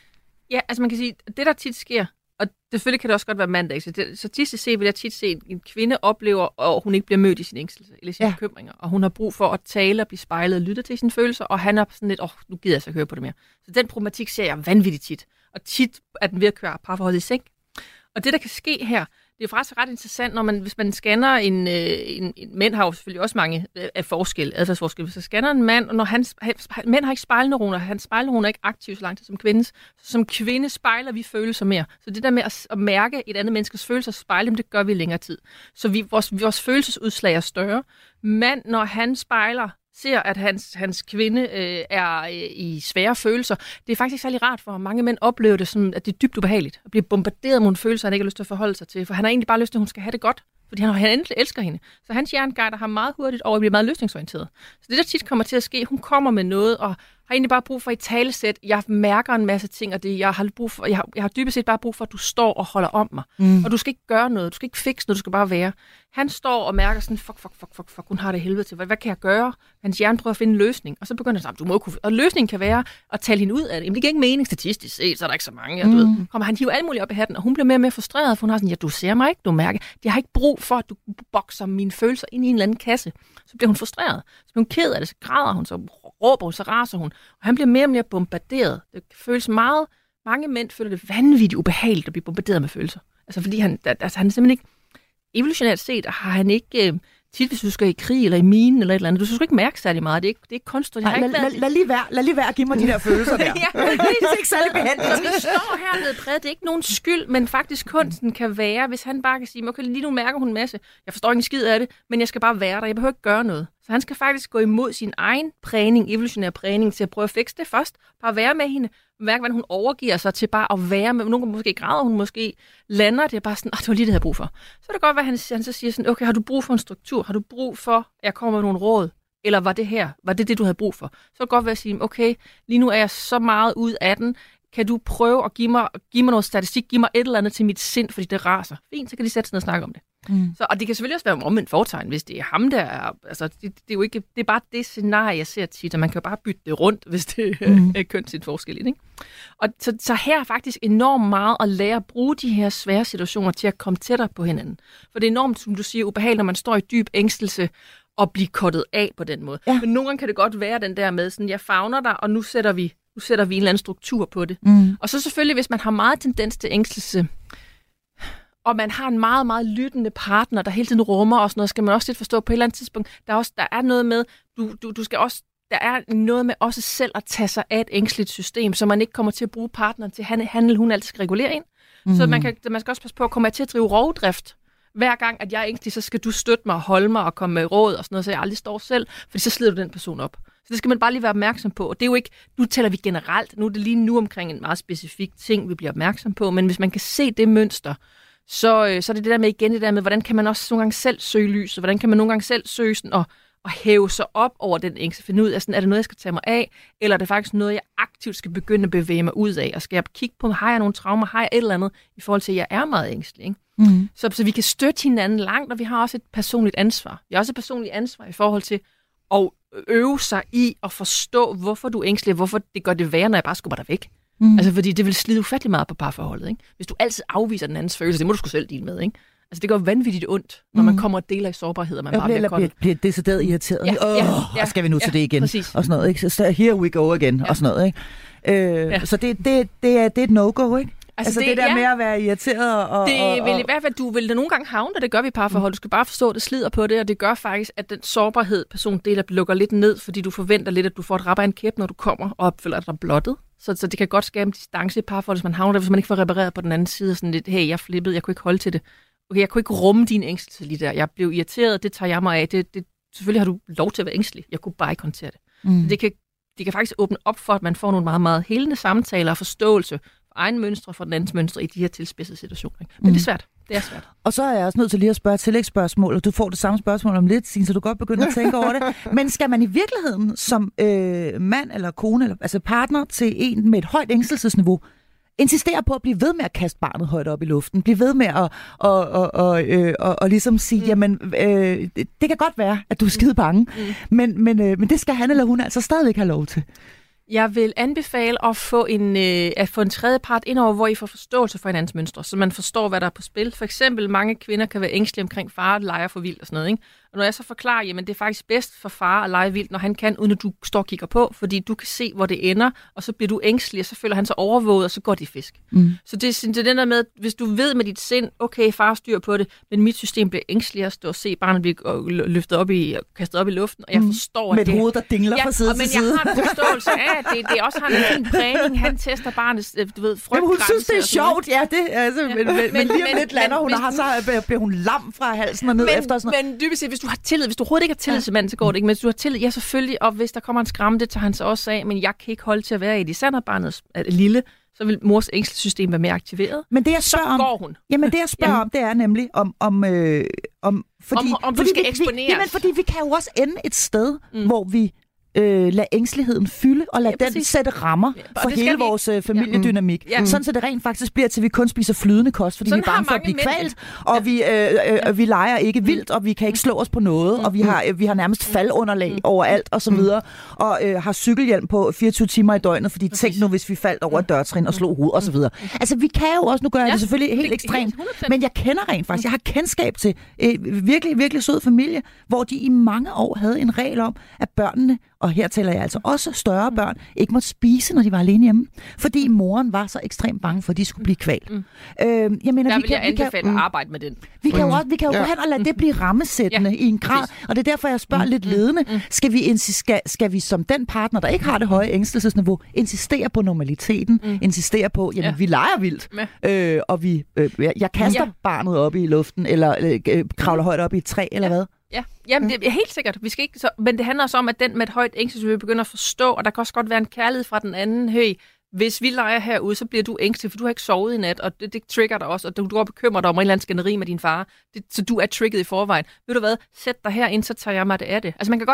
Ja, altså man kan sige, det der tit sker, og selvfølgelig kan det også godt være mandag, så statistisk set vil jeg tit se, at en kvinde oplever, at hun ikke bliver mødt i sin ængstelse eller sine bekymringer, og hun har brug for at tale og blive spejlet og lytte til sine følelser, og han er sådan lidt, nu gider jeg så høre på det mere. Så den problematik ser jeg vanvittigt tit, og tit er den ved at køre parforholdet i sænk. Og det, der kan ske her, det er faktisk ret interessant, hvis man scanner en mænd har jo selvfølgelig også mange adfærdsforskelle. Hvis man scanner en mand, og når mænd har ikke spejlneuroner, hans spejlneuroner er ikke aktive så langt som kvindes. Så som kvinde spejler vi følelser mere. Så det der med at mærke et andet menneskes følelser og spejle dem, det gør vi i længere tid. Så vores følelsesudslag er større. Mand, når han spejler, ser, at hans kvinde er i svære følelser. Det er faktisk ikke særlig rart for ham. Mange mænd oplever det som, at det er dybt ubehageligt. At blive bombarderet med nogle følelser, han ikke har lyst til at forholde sig til. For han har egentlig bare lyst til, at hun skal have det godt. Fordi han endelig elsker hende. Så hans hjerne guider ham meget hurtigt over at blive meget løsningsorienteret. Så det der tit kommer til at ske, hun kommer med noget, og har egentlig bare brug for et talesæt. Jeg mærker en masse ting, og det jeg har dybest set bare brug for, at du står og holder om mig. Og du skal ikke gøre noget, du skal ikke fikse noget, du skal bare være. Han står og mærker sådan, fuck, hun har det helvede til. Hvad kan jeg gøre? Hans hjerne prøver at finde en løsning, og så begynder han, du må kunne. Og løsningen kan være at tale hende ud af det. Jamen, det giver ikke mening statistisk set, så er der ikke så mange. Du ved. Kommer han hiver alt muligt op i hatten, og hun bliver mere og mere frustreret, for hun har sådan, du ser mig ikke, du mærker. Jeg har ikke brug for, at du bokser mine følelser ind i en eller anden kasse. Så bliver hun frustreret. Så bliver hun ked af det, så græder hun, så råber hun, så raser hun. Og han bliver mere og mere bombarderet. Det føles meget. Mange mænd føler det vanvittigt ubehageligt at blive bombarderet med følelser. Altså fordi han er simpelthen ikke, evolutionært set har han ikke, tit hvis du skal i krig eller i minen eller et eller andet, du skal ikke mærke særlig meget. Det er ikke kunstigt. Lad lige være at give mig de der følelser der. Det er ikke særlig behandling. Så vi står hernede præget. Det er ikke nogen skyld, men faktisk kunsten kan være, hvis han bare kan sige, okay, lige nu mærker hun en masse. Jeg forstår ikke en skid af det, men jeg skal bare være der. Jeg behøver ikke gøre noget. Så han skal faktisk gå imod sin egen prægning, evolutionær prægning, til at prøve at fikse det først. Bare være med hende. Mærke, hvordan hun overgiver sig til bare at være med. Nogle måske græder hun, måske lander. Det er bare sådan, det var lige det, jeg havde brug for. Så er det godt, at han så siger sådan, okay, har du brug for en struktur? Har du brug for, at jeg kommer med nogle råd? Eller var det, du havde brug for? Så kan det godt være at sige, okay, lige nu er jeg så meget ud af den. Kan du prøve at give mig noget statistik, give mig et eller andet til mit sind, fordi det raser? Fint, så kan de sætte sig ned og snakke om det. Så, og det kan selvfølgelig også være omvendt fortegn, hvis det er ham, der er... Altså, det er jo ikke... Det er bare det scenarie, jeg ser tit, og man kan jo bare bytte det rundt, hvis det er kønsligt forskelligt, ikke? Og så her er faktisk enormt meget at lære at bruge de her svære situationer til at komme tættere på hinanden. For det er enormt, som du siger, ubehageligt, når man står i dyb ængstelse og bliver kottet af på den måde. Ja. Men nogle gange kan det godt være den der med, sådan, jeg favner dig, og nu sætter vi en eller anden struktur på det. Og så selvfølgelig, hvis man har meget tendens til ængstelse, og man har en meget, meget lyttende partner, der hele tiden rummer og sådan noget, skal man også lidt forstå på et eller andet tidspunkt. Der er noget med, du skal også, der er noget med også selv at tage sig af et ængstligt system, så man ikke kommer til at bruge partneren til han eller hun altid skal regulere ind. Så man skal også passe på at komme til at drive rovdrift. Hver gang, at jeg er ængstelig, så skal du støtte mig og holde mig og komme med råd og sådan noget, så jeg aldrig står selv, fordi så slider du den person op. Så det skal man bare lige være opmærksom på. Og det er jo ikke, nu taler vi generelt, nu er det lige nu omkring en meget specifik ting, vi bliver opmærksom på, men hvis man kan se det mønster, så er det det der med igen, det der med, hvordan kan man også nogle gange selv søge lys, og hvordan kan man nogle gange selv søge sådan, og hæve sig op over den ængst, finde ud af, sådan, er det noget, jeg skal tage mig af, eller er det faktisk noget, jeg aktivt skal begynde at bevæge mig ud af, og skal jeg kigge på, har jeg nogle traumer, har jeg et eller andet, i forhold til, at jeg er meget ængstelig, ikke? Så vi kan støtte hinanden langt, og vi har også et personligt ansvar. Vi har også et personligt ansvar i forhold til at øve sig i at forstå, hvorfor du er ængstelig, og hvorfor det gør det værre, når jeg bare skubber dig væk. Altså, fordi det vil slide ufattelig meget på parforholdet, ikke? Hvis du altid afviser den andens følelse, det må du sgu selv dele med, ikke? Altså, det går vanvittigt ondt, når man kommer og deler i sårbarhed, og man bare bliver decideret irriteret. Og skal vi nu til det igen? Præcis. Og sådan noget, ikke? Så here we go again, og sådan noget, ikke? Så det er et no-go, ikke? Altså det der med at være irriteret og... Det vil i hvert fald, du vil da nogle gange havne, det gør vi i parforhold. Du skal bare forstå, at det slider på det, og det gør faktisk, at den sårbarhed, personen deler, lukker lidt ned, fordi du forventer lidt, at du får et rap af en kæp, når du kommer og opfølger dig blottet. Så det kan godt skabe en distance i parforhold, hvis man havner der, hvis man ikke får repareret på den anden side, sådan lidt, hey, jeg flippede, jeg kunne ikke holde til det. Okay, jeg kunne ikke rumme din ængstelse lige der. Jeg blev irriteret, det tager jeg mig af. Selvfølgelig har du lov til at være ængstelig. Jeg kunne bare ikke håndtere det. Det kan faktisk åbne op for, at man får nogle meget, meget helende samtaler og forståelse for egen mønstre, for den andens mønstre i de her tilspidsede situationer. Men det er svært. Det er svært. Og så er jeg også nødt til lige at spørge tillægsspørgsmål, og du får det samme spørgsmål om lidt, Signe, så du godt begynder at tænke over det. Men skal man i virkeligheden som mand eller kone, eller, altså partner til en med et højt ængstelsesniveau, insistere på at blive ved med at kaste barnet højt op i luften, blive ved med at ligesom sige, jamen, det kan godt være, at du er skide bange, men det skal han eller hun altså stadigvæk have lov til. Jeg vil anbefale at få en tredje part indover, hvor I får forståelse for hinandens mønstre, så man forstår, hvad der er på spil. For eksempel, mange kvinder kan være ængstelige omkring far, leger for vildt og sådan noget, ikke? Og når jeg så forklarer, jamen det er faktisk bedst for far at lege vildt, når han kan, uden at du står og kigger på, fordi du kan se, hvor det ender, og så bliver du ængstelig, og så føler han sig overvåget, og så går de fisk. Så det er den der med, hvis du ved med dit sind, okay, far styr på det, men mit system bliver ængstelig at stå og se barnet blive løftet op og kastet op i luften, og jeg forstår, med et hoved, der dingler fra side til side. Men jeg har en forståelse af, at det også har en fin prægning. Han tester barnets, frygtgrænse. Jamen, hun synes, det er sjovt, ja, det altså, men lige om lidt lander hun, og så bliver hun lam fra halsen og ned efter sådan noget. Men dybest set, hvis du har tillid, hvis du overhovedet ikke har tillid til manden, så går det ikke. Men hvis du har tillid, ja selvfølgelig, og hvis der kommer en skræmme, det tager han så også af, men jeg kan ikke holde til at være i det. Sender barnet lille, så vil mors ængstelsessystem være mere aktiveret. Men det jeg spørger så går hun. Jamen det jeg spørger om, det er nemlig om du skal eksponeres. Fordi vi kan jo også ende et sted, hvor vi lad ængsteligheden fylde, og lad den sætte rammer for hele vores familiedynamik. Sådan så det rent faktisk bliver til, at vi kun spiser flydende kost, fordi sådan vi er bange for at blive kvalt, og vi leger ikke vildt, og vi kan ikke slå os på noget, og vi har nærmest faldunderlag overalt, og så videre, og har cykelhjelm på 24 timer i døgnet, fordi tænk nu, hvis vi faldt over et dørtrin og slog hovedet, og så videre. Altså, vi kan jo også, nu gør jeg det selvfølgelig helt ekstremt, men jeg kender rent faktisk, jeg har kendskab til virkelig, virkelig sød familie, hvor de i mange år havde en regel om, at børnene, og her taler jeg altså også større børn, ikke måtte spise, når de var alene hjemme. Fordi moren var så ekstremt bange for, at de skulle blive kvalt. Jeg anbefale at arbejde med den. Vi kan jo gå hen og lade det blive rammesættende i en grad. Og det er derfor, jeg spørger lidt ledende. Skal vi som den partner, der ikke har det høje ængstelsesniveau, insistere på normaliteten? Insistere på, jamen vi leger vildt. Og jeg kaster barnet op i luften, eller kravler højt op i et træ, eller hvad? Ja, jamen det er helt sikkert. Vi skal ikke men det handler også om, at den med et højt ængstelsesniveau begynder at forstå, og der kan også godt være en kærlighed fra den anden. Hey, hvis vi leger herude, så bliver du ængstelig, for du har ikke sovet i nat, og det trigger dig også, og du går og bekymrer dig om en eller anden skænderi med din far. Så du er trigget i forvejen. Ved du hvad? Sæt dig herind, så tager jeg mig det af det. Altså man kan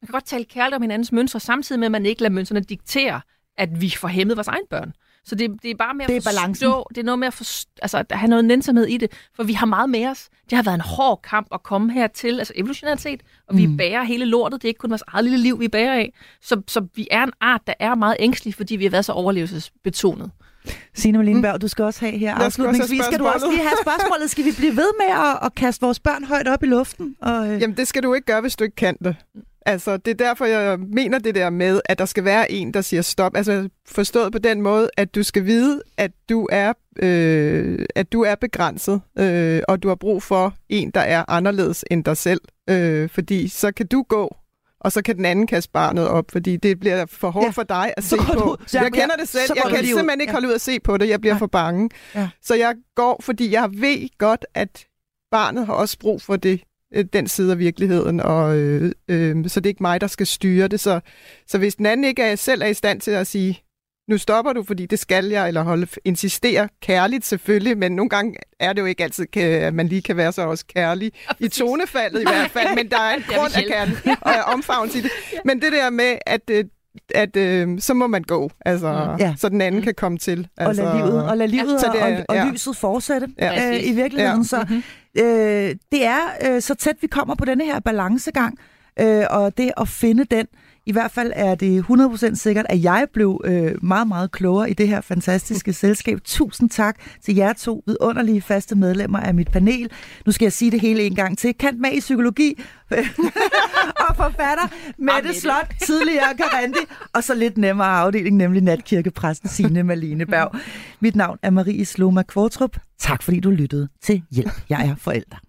Man kan godt tale kærligt om hinandens mønstre, samtidig med, at man ikke lader mønstrene diktere, at vi får hæmmet vores egen børn. Så det er bare med at forstå, det er noget med at forstå, altså at have noget nænsomhed i det, for vi har meget med os. Det har været en hård kamp at komme hertil, altså evolutionært set, og vi bærer hele lortet. Det er ikke kun vores eget lille liv, vi bærer af. Så vi er en art, der er meget ængstelig, fordi vi har været så overlevelsesbetonet. Signe Malene Berg, du skal også have her afslutningsvis. Skal du også lige have spørgsmålet? Skal vi blive ved med at kaste vores børn højt op i luften? Jamen, det skal du ikke gøre, hvis du ikke kan det. Altså, det er derfor, jeg mener det der med, at der skal være en, der siger stop. Altså, forstået på den måde, at du skal vide, at du er begrænset, og du har brug for en, der er anderledes end dig selv. Fordi så kan du gå, og så kan den anden kaste barnet op, fordi det bliver for hårdt for dig at se på. Jeg kender det selv. Jeg kan simpelthen ikke holde ud at se på det. Jeg bliver for bange. Ja. Så jeg går, fordi jeg ved godt, at barnet har også brug for den side af virkeligheden, og så det er ikke mig, der skal styre det. Så hvis den anden ikke selv er i stand til at sige, nu stopper du, fordi det skal jeg, eller insistere kærligt selvfølgelig, men nogle gange er det jo ikke altid, at man lige kan være så også kærlig. I tonefaldet i hvert fald, men der er en grund af kærlighed og omfavnelse i det. Men det der med, at så må man gå, altså, så den anden kan komme til. Altså, og lade livet og lyset fortsætte i virkeligheden. Ja. Så det er så tæt, vi kommer på denne her balancegang, og det at finde den. I hvert fald er det 100% sikkert, at jeg blev meget, meget klogere i det her fantastiske selskab. Tusind tak til jer 2 vidunderlige faste medlemmer af mit panel. Nu skal jeg sige det hele en gang til. Kant med i psykologi og forfatter Mette Slot, tidligere Karandi, og så lidt nemmere afdeling, nemlig natkirkepræsten Signe Malene Berg. Mit navn er Marie Sloma Kvartrup. Tak fordi du lyttede til Hjælp, jeg er forælder.